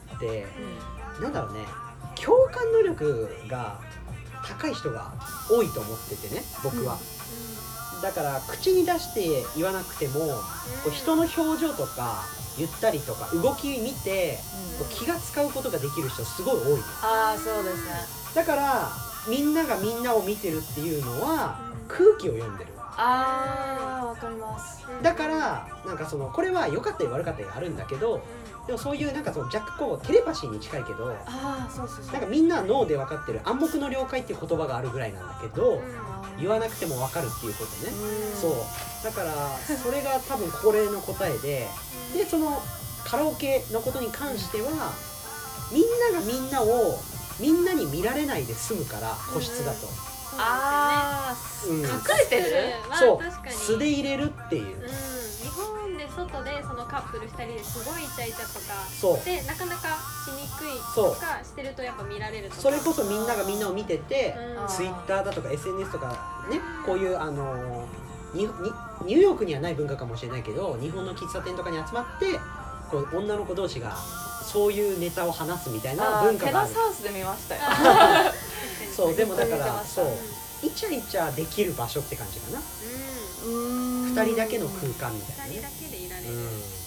なんだろうね、共感能力が高い人が多いと思っててね、僕は。だから口に出して言わなくても人の表情とか言ったりとか動き見て気が使うことができる人すごい多い。 そうですね。 だからみんながみんなを見てるっていうのは空気を読んでる。 わかります。 だからなんかこれは良かったり悪かったりあるんだけど、でもそういうなんか若干テレパシーに近いけど、なんかみんな脳で分かってる暗黙の了解っていう言葉があるぐらいなんだけど、言わなくても分かるっていうことね。そうだからそれが多分これの答えで、そのカラオケのことに関してはみんながみんなをみんなに見られないで済むから、個室だと。 隠れてる？ そう、素で入れるっていう。 日本で外でそのカップル2人ですごいイチャイチャとかでなかなかしにくいとかしてるとやっぱ見られるとか。 それこそみんながみんなを見てて、ツイッターだとか SNS とかね、こういうニューヨークにはない文化かもしれないけど、日本の喫茶店とかに集まって女の子同士がそういうネタを話すみたいな文化がある。 テラスハウスで見ましたよ。 そう、でもだからそうイチャイチャできる場所って感じかな。2人だけの空間みたいなね。 2人だけでいられる。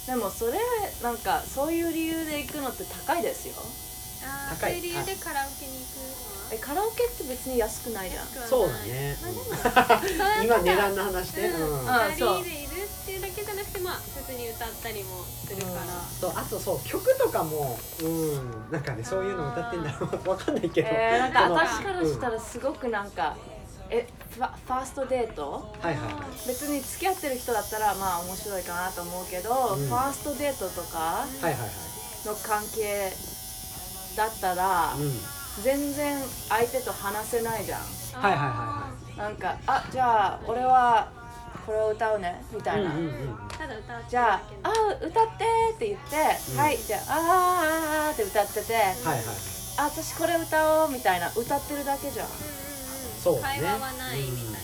でもそれなんかそういう理由で行くのって高いですよ。 高い。そういう理由でカラオケに行くのはカラオケって別に安くないじゃん。 そうだね。今値段の話ね。 2人でいるっていうだけじゃなくて、まあ普通に歌ったりもするから。 そう、あとそう曲とかもなんかねそういうの歌ってんだろうわかんないけど。 なんか私からしたらすごくなんかファーストデート、別に付き合ってる人だったらまあ面白いかなと思うけど、ファーストデートとかの関係だったら、全然相手と話せないじゃん。なんかじゃあ俺はこれを歌うねみたいな。じゃあ歌ってって言って、はいじゃあって歌ってて、私これ歌おうみたいな歌ってるだけじゃん。 そうね。 会話はないみたいな。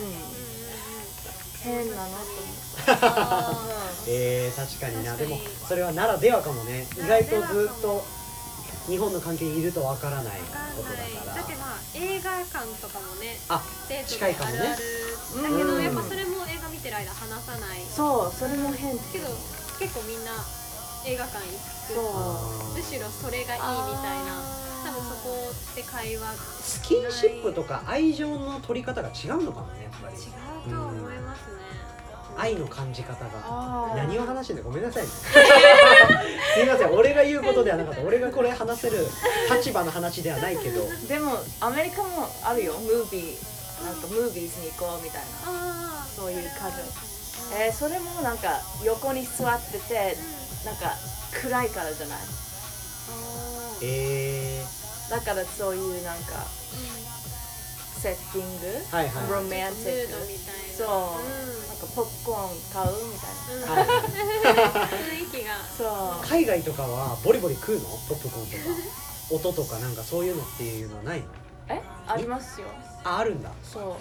変なのと思った。 確かにな。でもそれはならではかもね。意外とずっと日本の環境にいるとわからないことだから。 だってまあ映画館とかもね、 近いかもね。 だけどやっぱそれも映画見てる間話さない。 そう、それも変けど結構みんな映画館行く。むしろそれがいいみたいな。多分そこで会話。 スキンシップとか愛情の取り方が違うのかもね、やっぱり。 違うと思いますね。 愛の感じ方が。何を話してんだ、ごめんなさいね。すいません、俺が言うことではなかった。俺がこれ話せる立場の話ではないけど。 でもアメリカもあるよ、ムービー、なんかムービーズに行こうみたいな、そういうカジュアル。それもなんか横に座ってて、なんか暗いからじゃない。だからそういうなんかセッティング、ロマンティック、そう、なんかポップコーン買うみたいな雰囲気が。 そう。 海外とかはボリボリ食うの？ポップコーンとか音とかなんかそういうのっていうのはないの？ ありますよ。 あるんだ。 そう。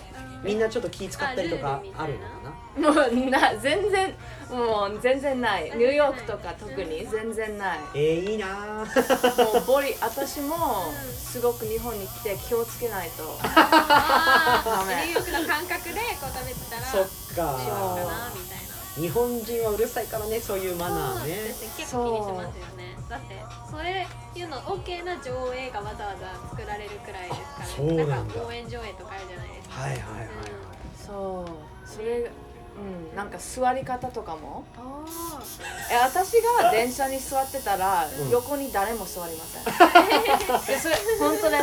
みんなちょっと気使ったりとかあるのかな？ もう全然ない。ニューヨークとか特に全然ない。 いいな。 もう私もすごく日本に来て気をつけないと。ニューヨークの感覚でこう食べてたら。 そっか。日本人はうるさいからね、そういうマナーね。 結構気にしますよね。だってそういうの OK な上映がわざわざ作られるくらいですからね。なんか応援上映とかあるじゃないですか。 そう、それなんか座り方とかも。私が電車に座ってたら横に誰も座りません。それ本当です。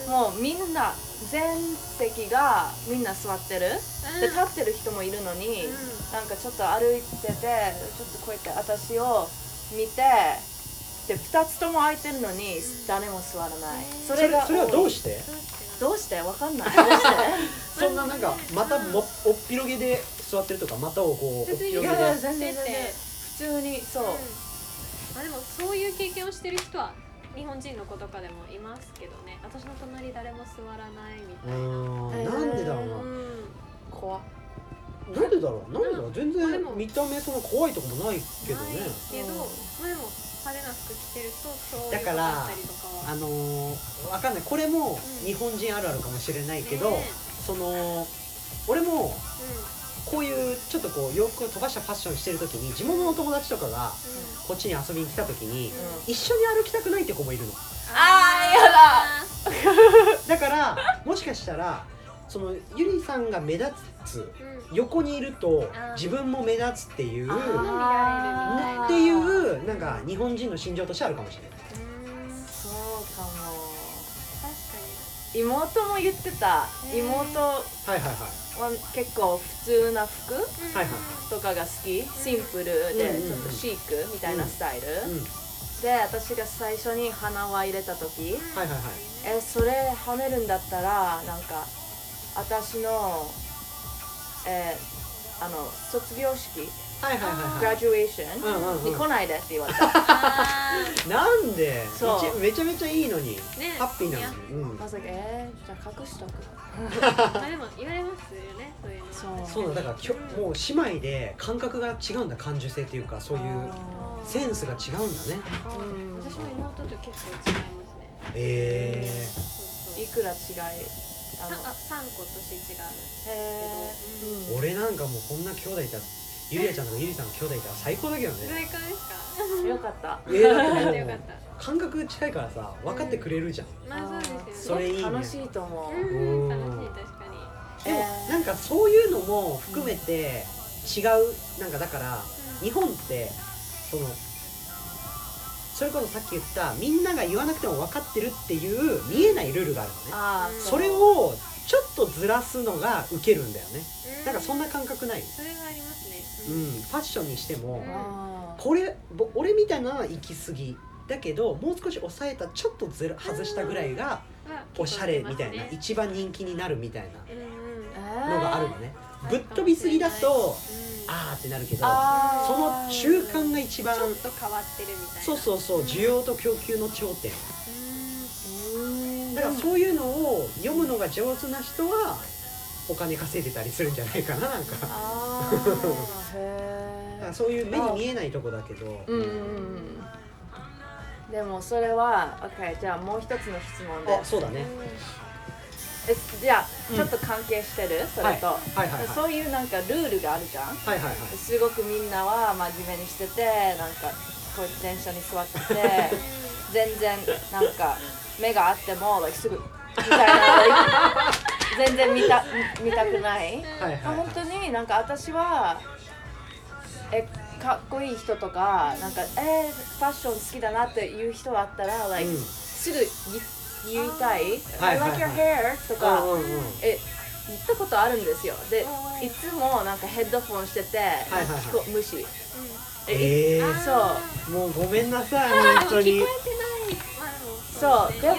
もうみんな全席がみんな座ってる。で立ってる人もいるのに、なんかちょっと歩いててちょっとこうやって私を見て、で2つとも空いてるのに誰も座らない。 それはどうして？ わかんない。どうして？ そんななんかまたおっぴろげで座ってるとか、股をこうおっぴろげで。 全然普通にそう。 でもそういう経験をしてる人は日本人の子とかでもいますけどね。私の隣誰も座らないみたいな。 なんでだろうな。 怖っ。 なんでだろう。全然見た目その怖いとこもないけどね。 けど、でも派手な服着てるとそういうだからわかんない。これも日本人あるあるかもしれないけど、その俺もこういうちょっとこう洋服を飛ばしたファッションしてる時に、地元の友達とかがこっちに遊びに来た時に一緒に歩きたくないって子もいるの。 やだ。 だからもしかしたらそのゆりさんが目立つ、横にいると自分も目立つっていうなんか日本人の心情としてあるかもしれない。 そうかも。確かに。妹も言ってた。妹は結構普通な服とかが好き。シンプルでちょっとシークみたいなスタイル。で私が最初に花輪入れた時、それはめるんだったらなんか私の卒業式、グラジュエーションに来ないでって言われた。 なんで？めちゃめちゃいいのに、ハッピーなのに。 じゃあ隠しとく。 でも言われますよね、そういうの。 そうだからもう姉妹で感覚が違うんだ、感受性っていうかそういうセンスが違うんだね。 私も妹と結構違いますね。 いくら違い ？3個年違う。 俺なんかもうこんな兄弟いたらゆりあちゃんとかゆりさんの兄弟いたら最高だけどね。 最高ですか。 よかった。 だってよかった感覚近いからさ分かってくれるじゃん。 まあそうですそよね。 れいいね。 楽しいと思う。 楽しい確かに。 でもなんかそういうのも含めて違う、なんかだから日本ってそれこそさっき言ったみんなが言わなくても分かってるっていう見えないルールがあるのね。それをちょっとずらすのがウケるんだよね。なんかそんな感覚ない？ それがありますね。 ファッションにしてもこれ俺みたいなのは行き過ぎだけどもう少し抑えたちょっと外したぐらいがおしゃれみたいな、一番人気になるみたいなのがあるのね。ぶっ飛びすぎだとあーってなるけど、その中間が一番ちょっと変わってるみたいな。 そう需要と供給の頂点だから、そういうのを読むのが上手な人はお金稼いでたりするんじゃないかな。なんかだからそういう目に見えないとこだけど、 でもそれは OK。 じゃあもう一つの質問で。 そうだね。 じゃあちょっと関係してる、それと、そういうなんかルールがあるじゃん。すごくみんなは真面目にしてて、なんかこういう電車に座ってて全然なんか目があってもすぐみたいな全然見たくない。本当になんか私はかっこいい人とかなんかファッション好きだなっていう人だったら、すぐ言いたい。I like your hair とか言ったことあるんですよ。でいつもなんかヘッドフォンしてて無視。 そうもうごめんなさい本当に。 そうで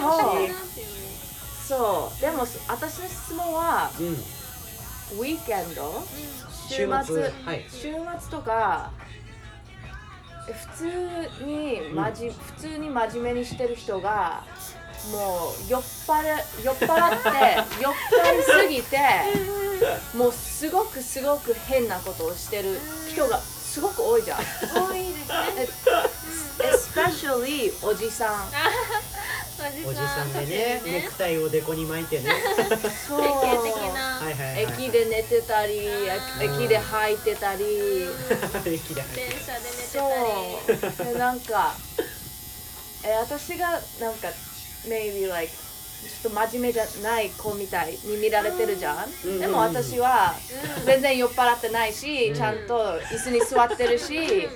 も私の質問はウィーケンド週末とか普通に真面目にしてる人がもう酔っ払いすぎてもうすごく変なことをしてる人がすごく多いじゃん。 多いですね。 especially おじさんでね、ネクタイをデコに巻いてね。 そう駅で寝てたり駅で履いてたり電車で寝てたり。 でなんか私がなんか maybe like ちょっと真面目じゃない子みたいに見られてるじゃん。でも私は全然酔っ払ってないし、ちゃんと椅子に座ってるし、で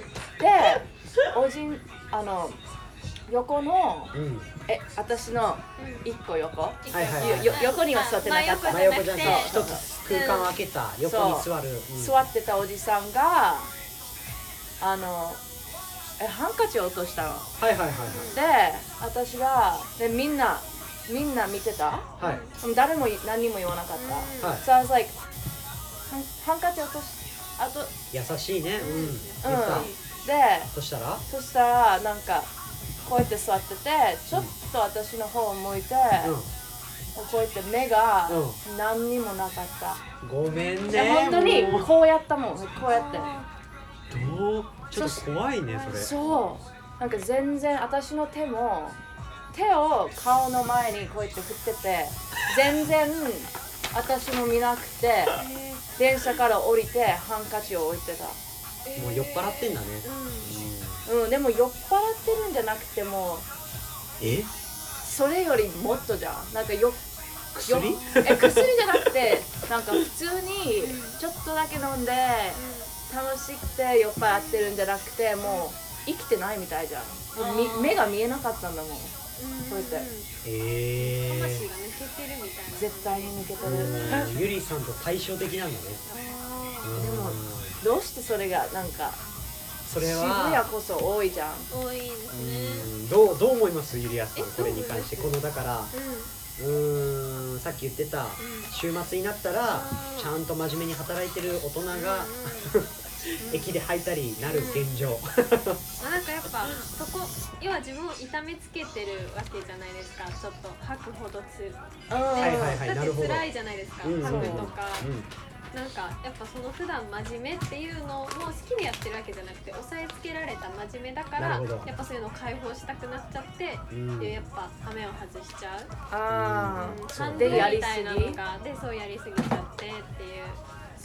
横の私の一個横には座ってなかった。 真横じゃなくて一つ空間を空けた横に座る座ってたおじさんがハンカチを落としたの。で私がみんな見てた。誰も何も言わなかった。So I was like ハンカチ落とし優しいね。 でそしたらなんかこうやって座っててちょっと私の方を向いて、こうやって目が何にもなかった。 ごめんね。 本当にこうやったもん。こうやってちょっと怖いねそれ。 そうなんか全然私の手を顔の前にこうやって振ってて全然私も見なくて電車から降りてハンカチを置いてた。 もう酔っ払ってんだね。 でも酔っ払ってるんじゃなくてもそれよりもっとじゃん。なんか薬じゃなくてなんか普通にちょっとだけ飲んで楽しくて酔っ払ってるんじゃなくてもう生きてないみたいじゃん。目が見えなかったんだもん。こうやって魂が抜けてるみたいな。 絶対に抜けてる。 ゆりさんと対照的なんだね。 でもどうしてそれがなんかそれは渋谷こそ多いじゃん。 多いですね。 どう思いますゆりやさんこれに関して。このだからさっき言ってた週末になったらちゃんと真面目に働いてる大人が駅で履いたりなる現状。 なんかやっぱそこ要は自分を痛めつけてるわけじゃないですか。ちょっと吐くほどだって辛いじゃないですか。吐くとか。なんかやっぱその普段真面目っていうのも好きでやってるわけじゃなくて押さえつけられた真面目だからやっぱそういうのを解放したくなっちゃって、やっぱ羽目を外しちゃう感情みたいなのがでそうやりすぎちゃってっていう。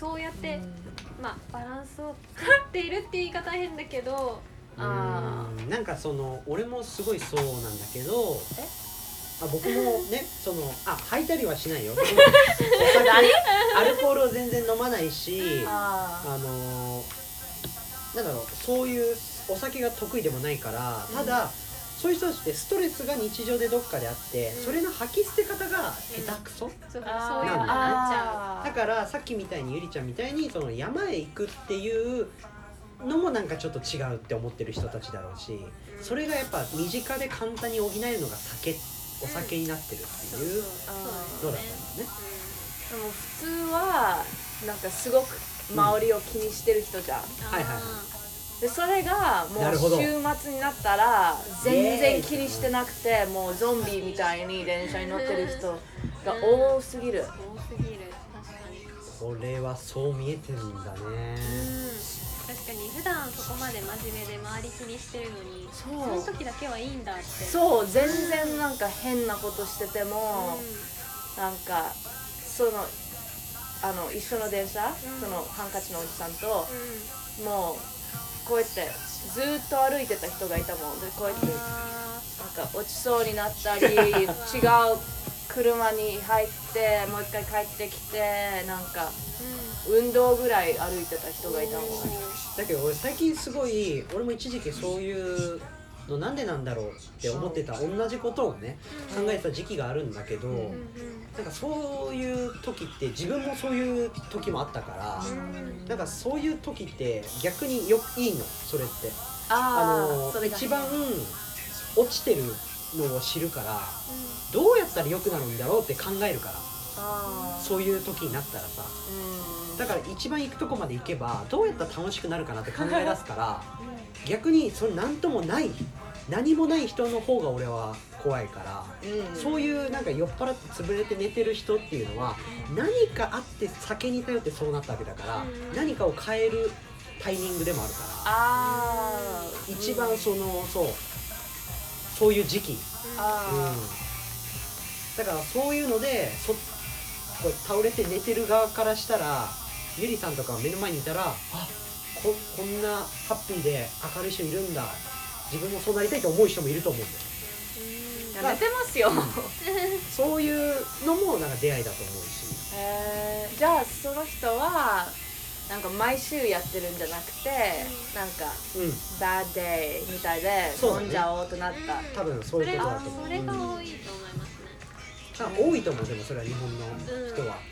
そうやって、まあバランスを取っているって言い方は変だけど、 なんかその俺もすごいそうなんだけど、僕もね吐いたりはしないよ。アルコールを全然飲まないし、なんだろう、そういうお酒が得意でもないから、ただそういう人たちってストレスが日常でどっかであって、それの吐き捨て方が下手くそなんだよね。だからさっきみたいにゆりちゃんみたいにその山へ行くっていうのもなんかちょっと違うって思ってる人たちだろうし、それがやっぱ身近で簡単に補えるのがお酒になってるっていうのだったんだね。 でも普通はなんかすごく周りを気にしてる人じゃん。でそれがもう週末になったら全然気にしてなくて、もうゾンビみたいに電車に乗ってる人が多すぎる。 多すぎる、確かに。 これはそう見えてるんだね。 確かに普段そこまで真面目で周り気にしてるのに、その時だけはいいんだって。 そう、全然なんか変なことしてても、なんかその一緒の電車、そのハンカチのおじさんと、もうこうやってずっと歩いてた人がいたもんで、こうやってなんか落ちそうになったり違う車に入ってもう一回帰ってきて、なんか運動ぐらい歩いてた人がいたもん。 だけど俺最近すごい、俺も一時期そういうのなんでなんだろうって思ってた、同じことをね考えてた時期があるんだけど、なんかそういう時って自分もそういう時もあったから、なんかそういう時って逆にいいの、それって一番落ちてるのを知るから、どうやったら良くなるんだろうって考えるから、そういう時になったらさ、だから一番行くとこまで行けばどうやったら楽しくなるかなって考え出すから逆にそれ何ともない何もない人の方が俺は怖いから、そういうなんか酔っ払って潰れて寝てる人っていうのは何かあって酒に頼ってそうなったわけだから、何かを変えるタイミングでもあるから、一番そういう時期、だからそういうのでこれ倒れて寝てる側からしたら、ゆりさんとか目の前にいたら、こんなハッピーで明るい人いるんだ、自分もそうなりたいと思う人もいると思うんだよ。 寝てますよそういうのもなんか出会いだと思うし、 じゃあその人はなんか毎週やってるんじゃなくて、なんかバッドデイみたいで飲んじゃおうとなった。 多分そういうことだと思う。 それが多いと思いますね。 多いと思う。でもそれは日本の人は。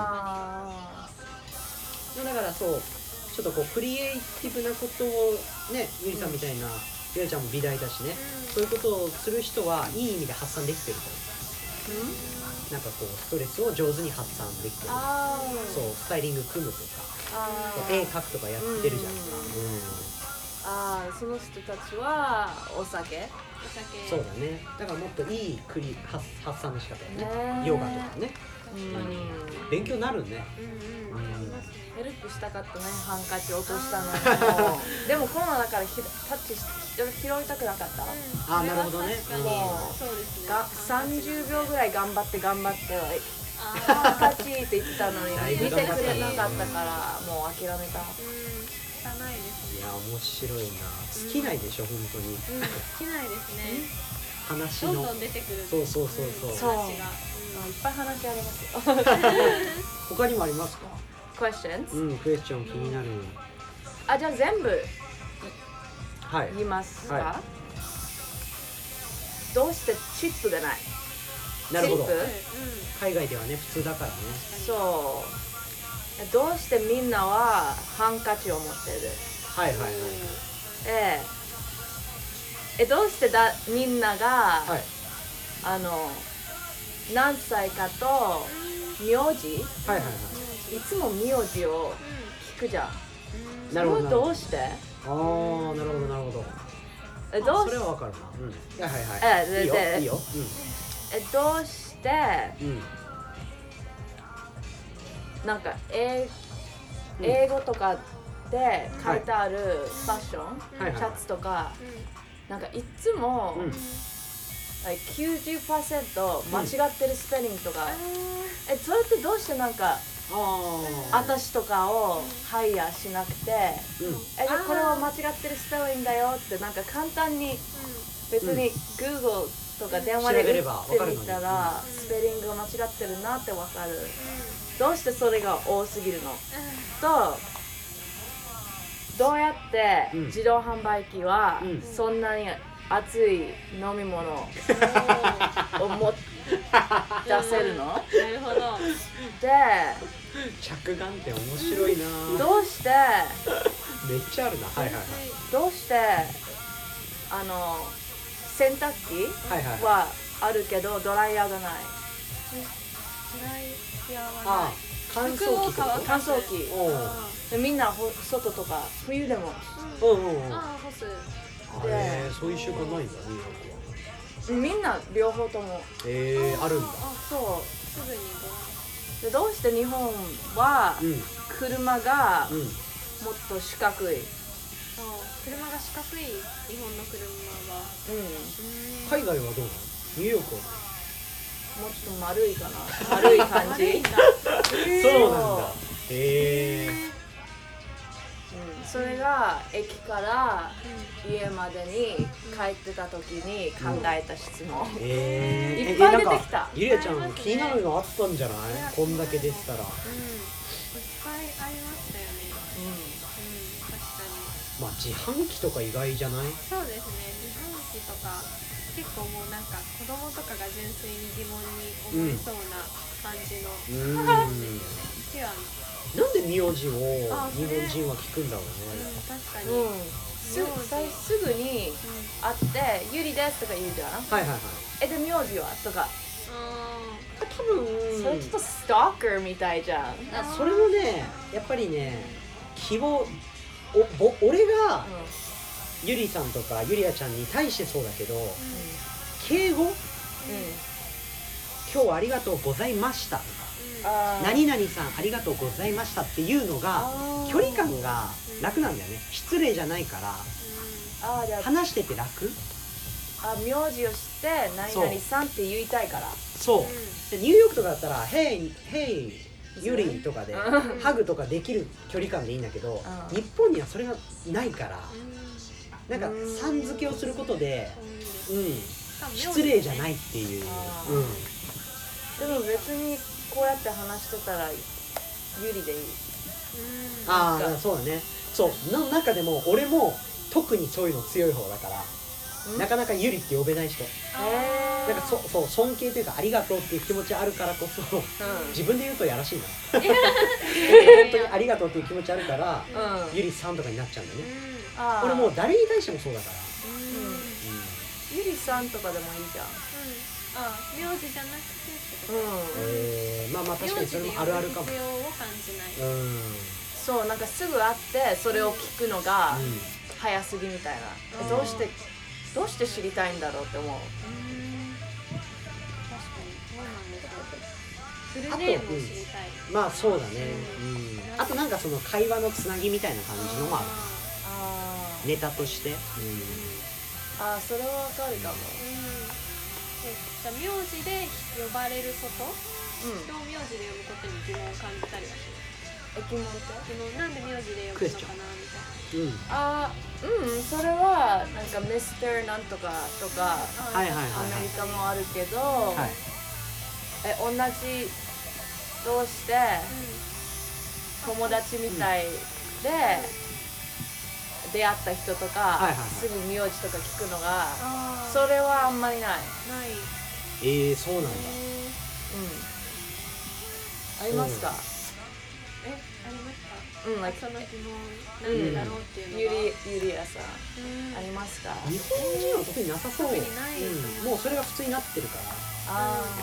だからちょっとこうクリエイティブなことをね、ゆりさんみたいな、ゆりちゃんも美大だしね、そういうことをする人はいい意味で発散できてると思う。なんかこうストレスを上手に発散できてる。そう、スタイリング組むとか、絵描くとかやってるじゃんか。 その人たちはお酒。 そうだね。だからもっといい発散の仕方よね。ヨガとかね。勉強になるね。 ヘルプしたかったね、ハンカチ落としたのにもでもコロナだからタッチ拾いたくなかった。 なるほどね。 もう30秒ぐらい頑張ってハンカチって言ってたのに見てくれなかったからもう諦めた。 汚いですね。 いや面白いな。尽きないでしょ本当に。 尽きないですね。 話のどんどん出てくる。 そう。 いっぱい話ありますよ。 他にもありますか ？questions？ クエスチョン気になる。 じゃあ全部言いますか？どうしてチップがない？ なるほど。海外ではね普通だからね。 そう。どうしてみんなはハンカチを持ってる？どうしてみんなが何歳かと名字？いつも名字を聞くじゃん。 なるほど。 どうして？ なるほど。それはわかるな。いいよ。 どうしてなんか英語とかで書いてあるファッション、シャツとかなんかいつも90% 間違ってるスペリングとか、それってどうしてなんか私とかをハイヤーしなくて、これは間違ってるスペルリングだよってなんか簡単に別に Google とか電話で打ってみたらスペリングが間違ってるなってわかる。どうしてそれが多すぎるのと、どうやって自動販売機はそんなに熱い飲み物を出せるの？ なるほど。 で、 着眼点面白いな。 どうしてめっちゃあるな。はいはいはい。 どうして洗濯機はあるけどドライヤーがない。 ドライヤーはない。 乾燥機とか。 乾燥機。みんな外とか冬でも。 干す。 そういう習慣ないんだね。 みんな両方とも。 あるんだ。 そう。 すぐにでどうして日本は車がもっと四角い？ 車が四角い日本の車は。 海外はどうなの？ニューヨークはもうちょっと丸いかな。丸い感じ。 そうなんだ。 それが駅から家までに帰ってた時に考えた質問。いっぱい出てきた。 ゆりあちゃん気になるのあったんじゃない？こんだけ出てたら。いっぱいありましたよね。確かに。 まあ自販機とか意外じゃない？ そうですね。自販機とか結構もうなんか子供とかが純粋に疑問に思いそうな感じの感じですよね。 なんで名字を日本人は聞くんだろうね。 確かに。 すぐに会って「ゆりです」とか言うじゃん。 はいはいはい。 で名字はとか。 多分それちょっとストーカーみたいじゃん。 それもねやっぱりね俺がゆりさんとかゆりあちゃんに対してそうだけど、敬語、今日はありがとうございましたとか。何々さんありがとうございましたっていうのが距離感が楽なんだよね。失礼じゃないから話してて楽。 名字を知って何々さんって言いたいから。 そうでニューヨークとかだったら「Heyゆり」とかでハグとかできる距離感でいいんだけど、日本にはそれがないからなんかさん付けをすることで失礼じゃないっていう。 でも別にこうやって話してたらゆりでいい。 そうだね。そうの中でも俺も特にそういうの強い方だからなかなかゆりって呼べない人。なんかそう尊敬というかありがとうっていう気持ちあるからこそ自分で言うとやらしいな。本当にありがとうっていう気持ちあるからゆりさんとかになっちゃうんだよね。俺もう誰に対してもそうだから。 ゆりさんとかでもいいじゃん。 名字じゃなくてってこと。 まあ確かにそれもあるあるかも。 必要を感じない。 そうなんかすぐ会ってそれを聞くのが早すぎみたいな。どうして知りたいんだろうって思う。 確かにそうなんですよ。フルネームを知りたい。 まあそうだね。あとなんかその会話のつなぎみたいな感じのもある。ネタとして。 それはわかるかも。 じゃあ名字で呼ばれること、人を名字で呼ぶことに疑問を感じたりはします。 疑問ってなんで名字で呼ぶのかなみたいな。それはなんかミスターなんとかとかアメリカもあるけど、同じどうして友達みたいで出会った人とかすぐ名字とか聞くのがそれはあんまりない。 そうなんだ。 ありますか？ ありますか？その疑問なんでだろうっていうのがゆりやさんありますか？ 日本人は特になさそう。もうそれが普通になってるから。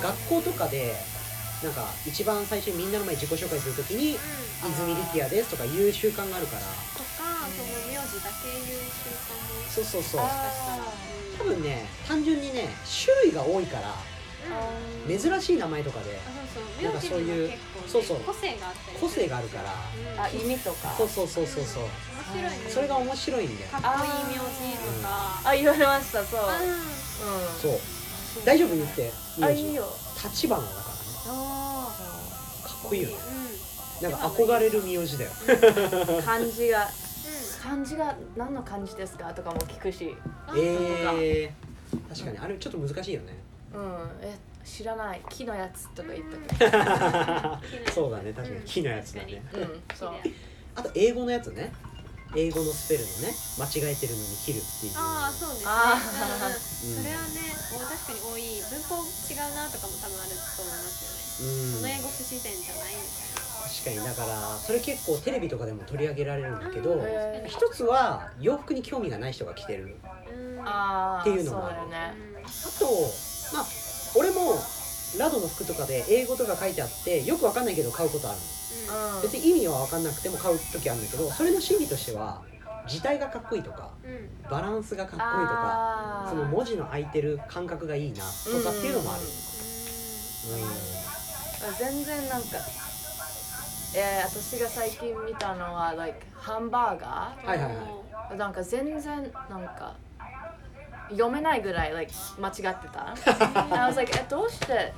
学校とかでなんか一番最初にみんなの前に自己紹介するときに泉力也ですとか言う習慣があるから。 とかその名字だけ言う習慣もそうもしかしたら多分ね単純にね種類が多いから珍しい名前とかでなんかそういう個性があったり個性があるから意味とかそう面白いね。それが面白いんだよ。 かっこいい名字とか言われました。そう大丈夫言っていいよ。 立花だからね。かっこいいよね。 なんか憧れる名字だよ。 漢字が何の漢字ですかとかも聞くし。 確かにあれちょっと難しいよね。 知らない木のやつとか言ったけど。そうだね、確かに木のやつだね。 そう。 あと英語のやつね。英語のスペルのね、間違えてるのに切るっていう。 そうですね。それはね、確かに多い。文法違うなとかも多分あると思いますよね。その英語不自然じゃないみたいな。 確かに、だからそれ結構テレビとかでも取り上げられるんだけど、一つは洋服に興味がない人が着てるっていうのがある。あとまあ俺もラドの服とかで英語とか書いてあってよくわかんないけど買うことあるの。別に意味は分かんなくても買う時あるんだけど、それの心理としては字体がかっこいいとか、バランスがかっこいいとか、その文字の空いてる感覚がいいなとかっていうのもある。 全然なんか私が最近見たのはハンバーガー、なんか全然なんか読めないぐらい間違ってた。I was like どうして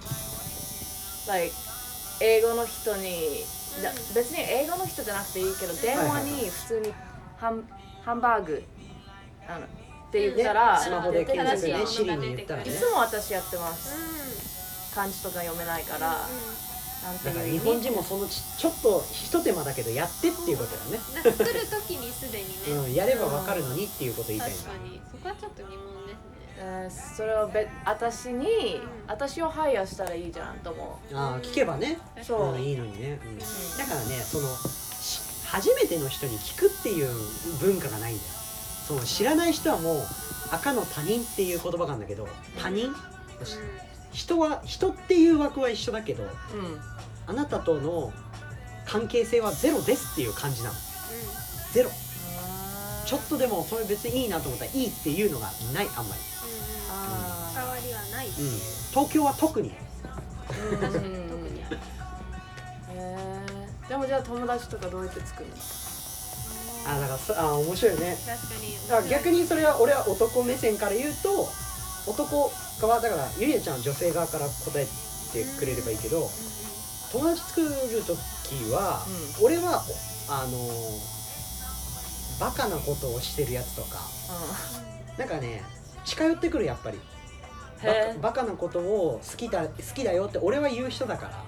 英語の人に別に英語の人じゃなくていいけど電話に普通にハンバーグって言ったら、 スマホで検索ね、シリに言ったらね。 いつも私やってます。漢字とか読めないから。 だから日本人もそのちょっと一手間だけどやってっていうことだよね。 作る時にすでにね、 やれば分かるのにっていうこと言いたいんだ。 確かにそこはちょっと疑問ですね。 それを私をハイヤーしたらいいじゃんと思う。 聞けばね、そういいのにね。だからね、その初めての人に聞くっていう文化がないんだよ。その知らない人はもう赤の他人っていう言葉があるんだけど、他人、人っていう枠は一緒だけど、あなたとの関係性はゼロですっていう感じなの。ゼロ。ちょっとでもそれ別にいいなと思ったらいいっていうのがない、あんまり。 関わりはない。 東京は特に。 でもじゃあ友達とかどうやって作るの？ だから面白いね。 確かに。 逆にそれは俺は男目線から言うと、男側だからゆりあちゃんは女性側から答えてくれればいいけど、友達作る時は、俺はバカなことをしてるやつとか、なんかね近寄ってくる、やっぱりバカなことを好きだよって俺は言う人だから、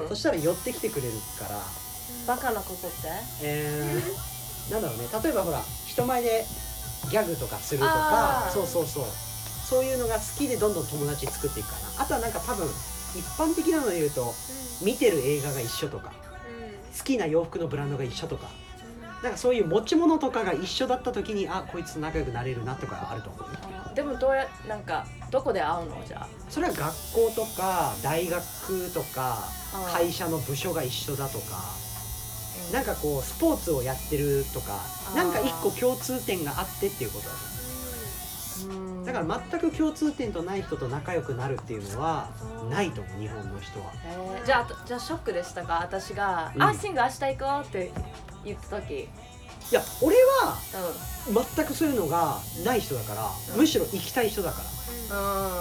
そしたら寄ってきてくれるから。 バカなことってなんだろうね、例えばほら人前でギャグとかするとか、そういうのが好きでどんどん友達作っていくかな。あとはなんか多分一般的なので言うと、見てる映画が一緒とか、好きな洋服のブランドが一緒とか、なんかそういう持ち物とかが一緒だった時にこいつと仲良くなれるなとかあると思う。 でもなんかどこで会うの？じゃあそれは学校とか大学とか会社の部署が一緒だとか、なんかこうスポーツをやってるとか、なんか一個共通点があってっていうことだと思う。だから全く共通点とない人と仲良くなるっていうのはないと思う、日本の人は。 じゃあショックでしたか？私がシング明日行こうって言った時。 いや俺は全くそういうのがない人だから、むしろ行きたい人だから、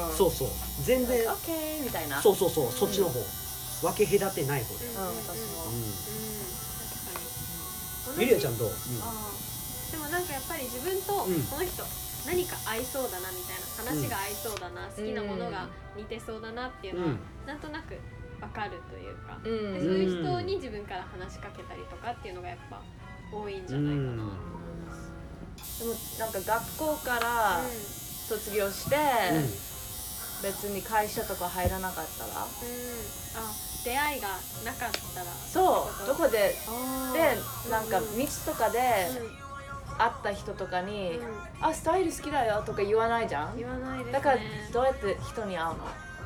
そう全然 OK みたいな、 そっちの方、分け隔てない方で。ゆりあちゃんどう？ でもなんかやっぱり自分とこの人何か合いそうだなみたいな、話が合いそうだな、好きなものが似てそうだなっていうのはなんとなく分かるというか、そういう人に自分から話しかけたりとかっていうのがやっぱ多いんじゃないかなと思います。 でもなんか学校から卒業して、別に会社とか入らなかったら、 出会いがなかったら、 どこでなんか道とかで会った人とかにスタイル好きだよとか言わないじゃん。 言わないですね。 だからどうやって人に会うの？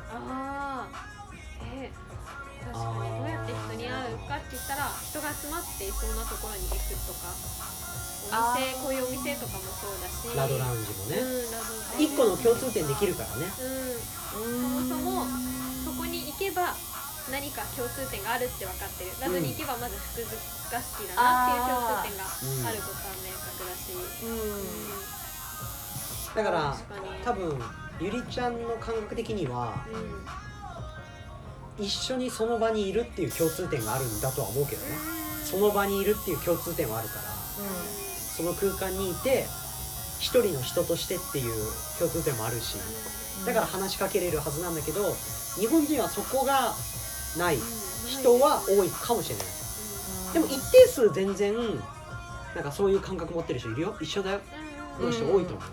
確かにどうやって人に会うかって言ったら、人が集まっていそうなところに行くとか、こういうお店とかもそうだし、 ラドラウンジもね、一個の共通点できるからね。 そもそもそこに行けば何か共通点があるって分かってる。ラドに行けばまず服が好きだなっていう共通点があることは明確だし、 だから多分ゆりちゃんの感覚的には、一緒にその場にいるっていう共通点があるんだとは思うけどね。 その場にいるっていう共通点はあるから、その空間にいて一人の人としてっていう共通点もあるし、だから話しかけれるはずなんだけど、日本人はそこがない人は多いかもしれない。でも一定数全然なんかそういう感覚持ってる人いるよ。一緒だよの人多いと思う。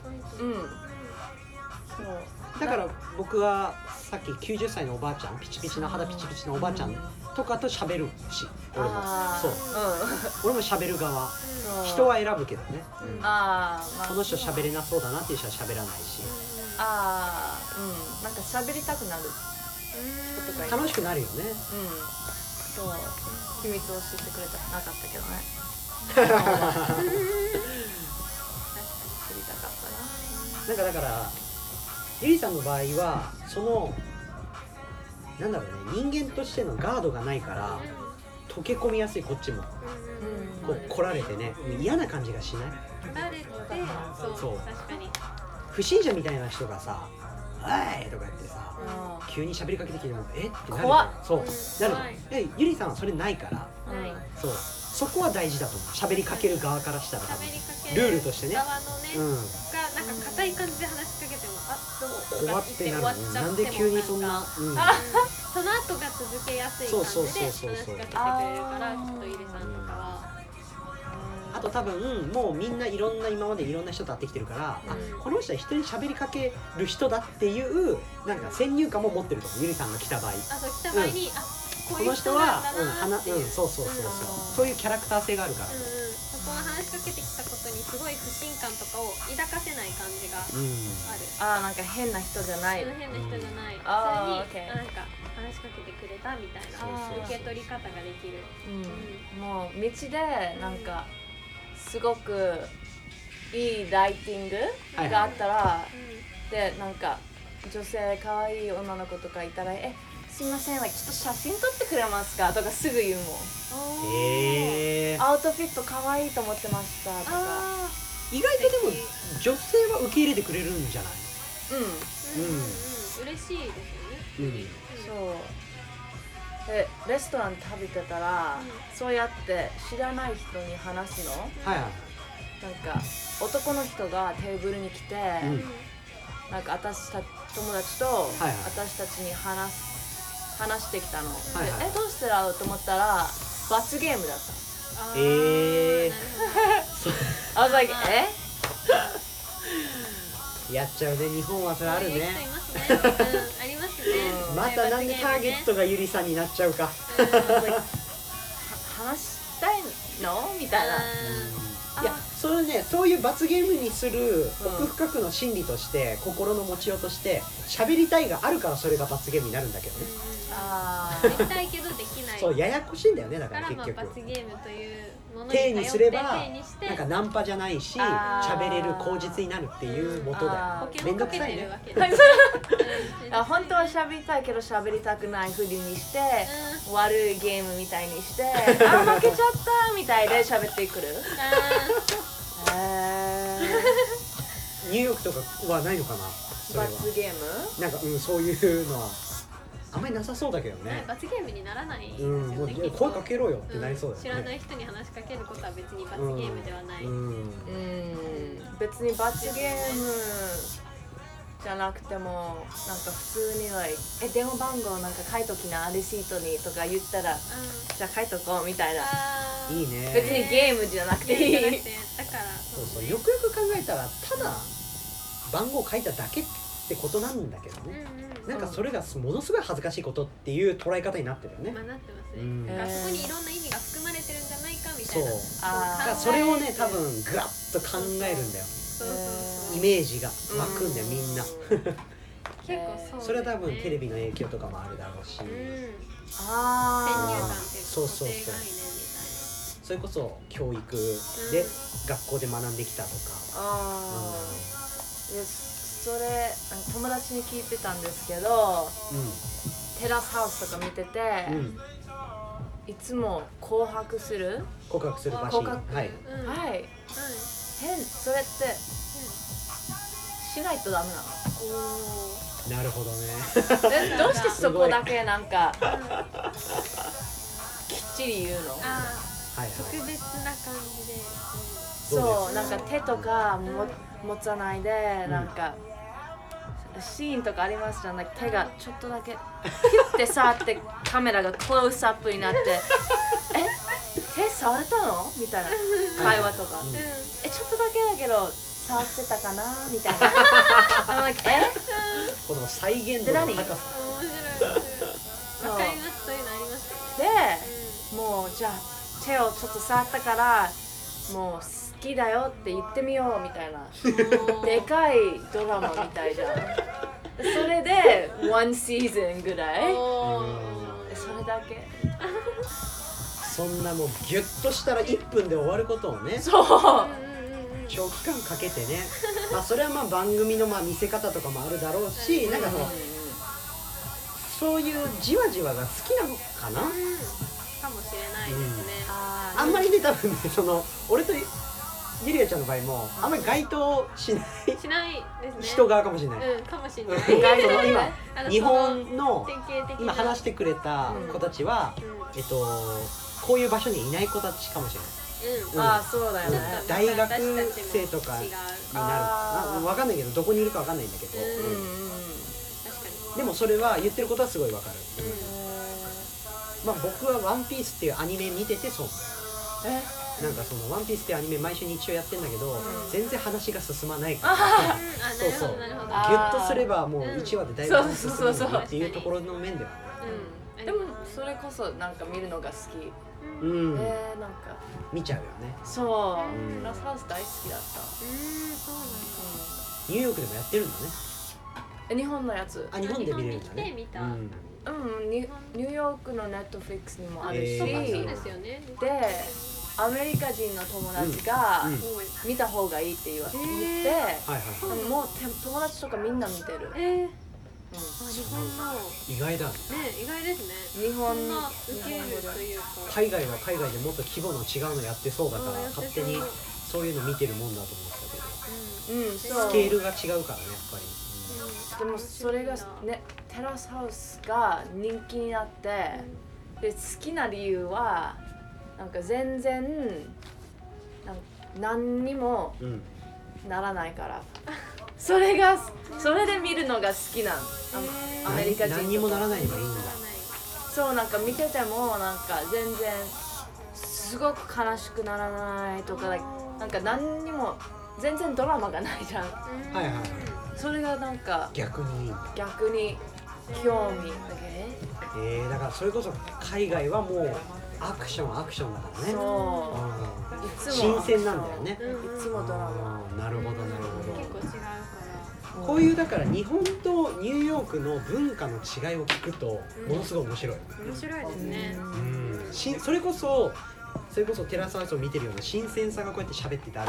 だから僕はさっき90歳のおばあちゃん、ピチピチな肌ピチピチのおばあちゃんとかと喋るし、俺もそう、俺も喋る側。人は選ぶけどね、この人喋れなそうだなっていう人は喋らないし、 なんか喋りたくなる人とか楽しくなるよね。 そう、秘密を知ってくれたなかったけどね。知りたかったな。 だからゆりさんの場合はそのなんだろうね、人間としてのガードがないから溶け込みやすい。こっちもこう来られてね、嫌な感じがしない？ 来られて、そう確かに不審者みたいな人がさ「はい」とか言ってさ、急に喋りかけてきても「えっ?」ってなる。そうなる。ゆりさんはそれないから、そこは大事だと思う。喋りかける側からしたらルールとしてね、側のね、がなんか硬い感じで話しかけてもどう怖ってなる。なんで急にそんな、その後が続けやすい感じで話しかけてくれるからきっとゆりさんとかは。 あと多分もうみんないろんな今までいろんな人と会ってきてるから、この人は人に喋りかける人だっていうなんか先入観も持ってると思う。ゆりさんが来た場合、 来た場合に、 この人はそういうキャラクター性があるから、 そこは話しかけてきたことにすごい不信感とかを抱かせない感じがある。 なんか変な人じゃない。 変な人じゃない。普通になんか話しかけてくれたみたいな受け取り方ができる。 もう道でなんかすごくいいライティングがあったら、でなんか女性可愛い女の子とかいたらすいません、ちょっと写真撮ってくれますかとかすぐ言うもん。アウトフィット可愛いと思ってましたとか。 意外とでも女性は受け入れてくれるんじゃない？ 嬉しいですよね。 そうでレストラン食べてたら、そうやって知らない人に話すの、なんか男の人がテーブルに来て、なんか私た友達と私たちに話してきたの。どうしてだろうと思ったら罰ゲームだった。I was like やっちゃうね。日本はそれあるね。 ありますね。 またなんでターゲットがゆりさんになっちゃうか。 話したいのみたいな。 いや、そういう罰ゲームにする奥深くの心理として、心の持ちようとして喋りたいがあるからそれが罰ゲームになるんだけどね。 やりたいけどできない。 そうややこしいんだよね。だから結局罰ゲームというもの体にすればなんかナンパじゃないし喋れる口実になるっていう元だよ。めんどくさいね。 本当は喋りたいけど喋りたくないふりにして悪いゲームみたいにして負けちゃったみたいで喋ってくる。 ニューヨークとかはないのかな、それは。 罰ゲームなんかそういうのはあんまりなさそうだけどね。 罰ゲームにならないですよね。 声かけろよってなりそうだよね。 知らない人に話しかけることは別に罰ゲームではない。 別に罰ゲームじゃなくてもなんか普通に電話番号なんか書いときなレシートにとか言ったら、じゃあ書いとこうみたいな。 いいね。 別にゲームじゃなくていい。だからそうよくよく考えたらただ番号書いただけってことなんだけどね。なんかそれがものすごい恥ずかしいことっていう捉え方になってるよね。 なってますね。だからそこにいろんな意味が含まれてるんじゃないかみたいな。 だからそれをね多分グワッと考えるんだよ。イメージが湧くんだよみんな。 結構それは多分テレビの影響とかもあるだろうし。先入観っていうそうそれこそ教育で学校で学んできたとか。 それ友達に聞いてたんですけど、テラスハウスとか見てて、いつも告白する場所。はいそれってしないとダメなの？ なるほどね。 どうしてそこだけなんかきっちり言うの？ 特別な感じで、 そうなんか手とか持たないで、なんかシーンとかありますじゃん、手がちょっとだけピュッて触ってカメラがクローズアップになって手触れたのみたいな会話とか、ちょっとだけだけど触ってたかなみたいなこの再現度の高さ、 面白い。わかります、そういうのありますよね。で、もうじゃあ手をちょっと触ったからもう好きだよって言ってみようみたいなでかいドラマみたいじゃん。それで1シーズンぐらい、それだけ。 そんなもうギュッとしたら1分で終わることをね、 そう長期間かけてね、それは番組の見せ方とかもあるだろうし、なんかそういうじわじわが好きなのかな、 かもしれないですね。 あんまりね、多分ね、俺とゆりあちゃんの場合もあんまり該当しないですね。 人側かもしれない。 かもしれない。 今日本の典型的な今話してくれた子たちは、こういう場所にいない子たちかもしれない。 そうだよね。 大学生とかになる。わかんないけど、どこにいるかわかんないんだけど。でもそれは言ってることはすごいわかる。僕はワンピースっていうアニメ見ててそう。なんかワンピースっていうアニメ毎週日曜やってんだけど、全然話が進まないから。そうそう。ギュッとすればもう1話でだいぶ進むっていうところの面ではね。 でもそれこそなんか見るのが好き。なんか見ちゃうよね。 そう。ラスハウス大好きだった。 そうなんだ。 ニューヨークでもやってるんだね。 日本のやつ。 日本で見れるんだね。 見た。 ニューヨークのネットフリックスにもあるし、 そうですよね。 でアメリカ人の友達が見た方がいいって言って、もう友達とかみんな見てる。 日本の意外だね。 意外ですね。 日本の受けるというか、 海外は海外でもっと規模の違うのやってそうだから勝手にそういうの見てるもんだと思ってたけど、スケールが違うからね、やっぱり。 でもそれがね、テラスハウスが人気になって、で好きな理由はなんか全然何にもならないから。それで見るのが好きなん。アメリカ人とか何にもならないのがいいんだ。 そう、なんか見ててもなんか全然すごく悲しくならないとか、なんか何にも全然ドラマがないじゃん。それがなんか逆に興味だけ。 だからそれこそ海外はもうアクションだからね。 そう。 新鮮なんだよね。 いつもドラマ。 なるほど。 結構違うから。 こういうだから日本とニューヨークの文化の違いを聞くとものすごい面白い。 面白いですね。 それこそテラスハウスを見てるような新鮮さがこうやって喋っててある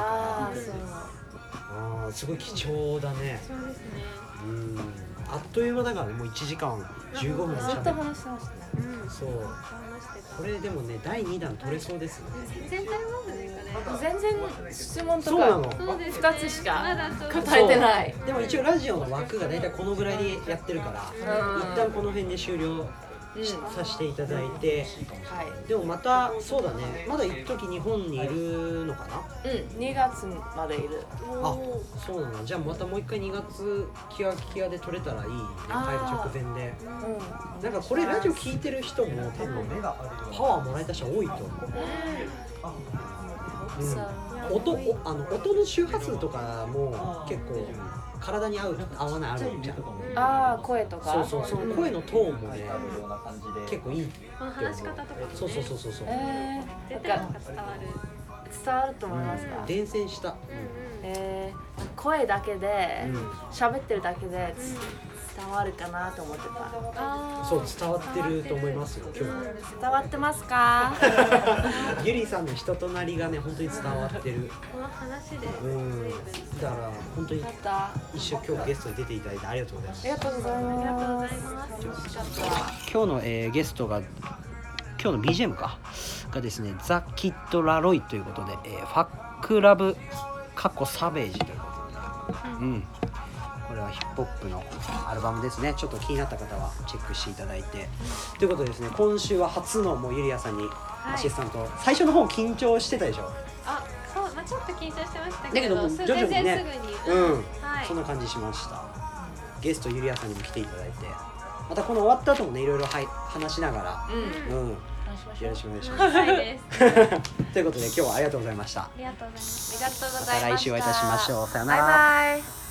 から、すごい貴重だね。 そうですね。 あっという間だからね、もう1時間15分ずっと話してましたね。 そう。これでもね、第2弾取れそうですね。 全然足りますね。 全然質問とか2つしか答えてない。 でも一応ラジオの枠が大体このぐらいでやってるから、一旦この辺で終了させていただいて、でもまたそうだね、まだ一時日本にいるのかな。 2月までいる。 そうなの。じゃあまたもう一回2月キワキワで撮れたらいいね、帰る直前で。なんかこれラジオ聞いてる人も多分パワーもらえた人多いと思う。音の周波数とかも結構体に合わないあるじゃん。 声とか。 そう声のトーンもね結構いい。 話し方とかもね。 そう。 絶対なんか伝わると思いますか。 伝染した。 声だけで喋ってるだけで伝わるかなと思ってた。 そう、伝わってると思いますよ。今日伝わってますか？ ゆりさんの人となりがね、本当に伝わってる。 この話で。 だから本当に一緒今日ゲストに出ていただいてありがとうございます。 ありがとうございます。 今日のゲストが今日の BGM がですね、ザ・キッド・ラロイということで、ファック・ラブ・サベージということで、ここれはヒップホップのアルバムですね。ちょっと気になった方はチェックしていただいて、ということでですね、今週は初のもうゆりやさんにアシスタント、はい、最初の方緊張してたでしょ。 あ、そう、まあ、ちょっと緊張してましたけど、 だけども徐々にね、 はい、 そんな感じしました。ゲストゆりやさんにも来ていただいて、またこの終わった後もね、いろいろ話しながら、よろしくお願いします。ということで今日はありがとうございました。 ありがとうございます。 ありがとうございました。 また来週お会いいたしましょう。さよなら。 バイバイ。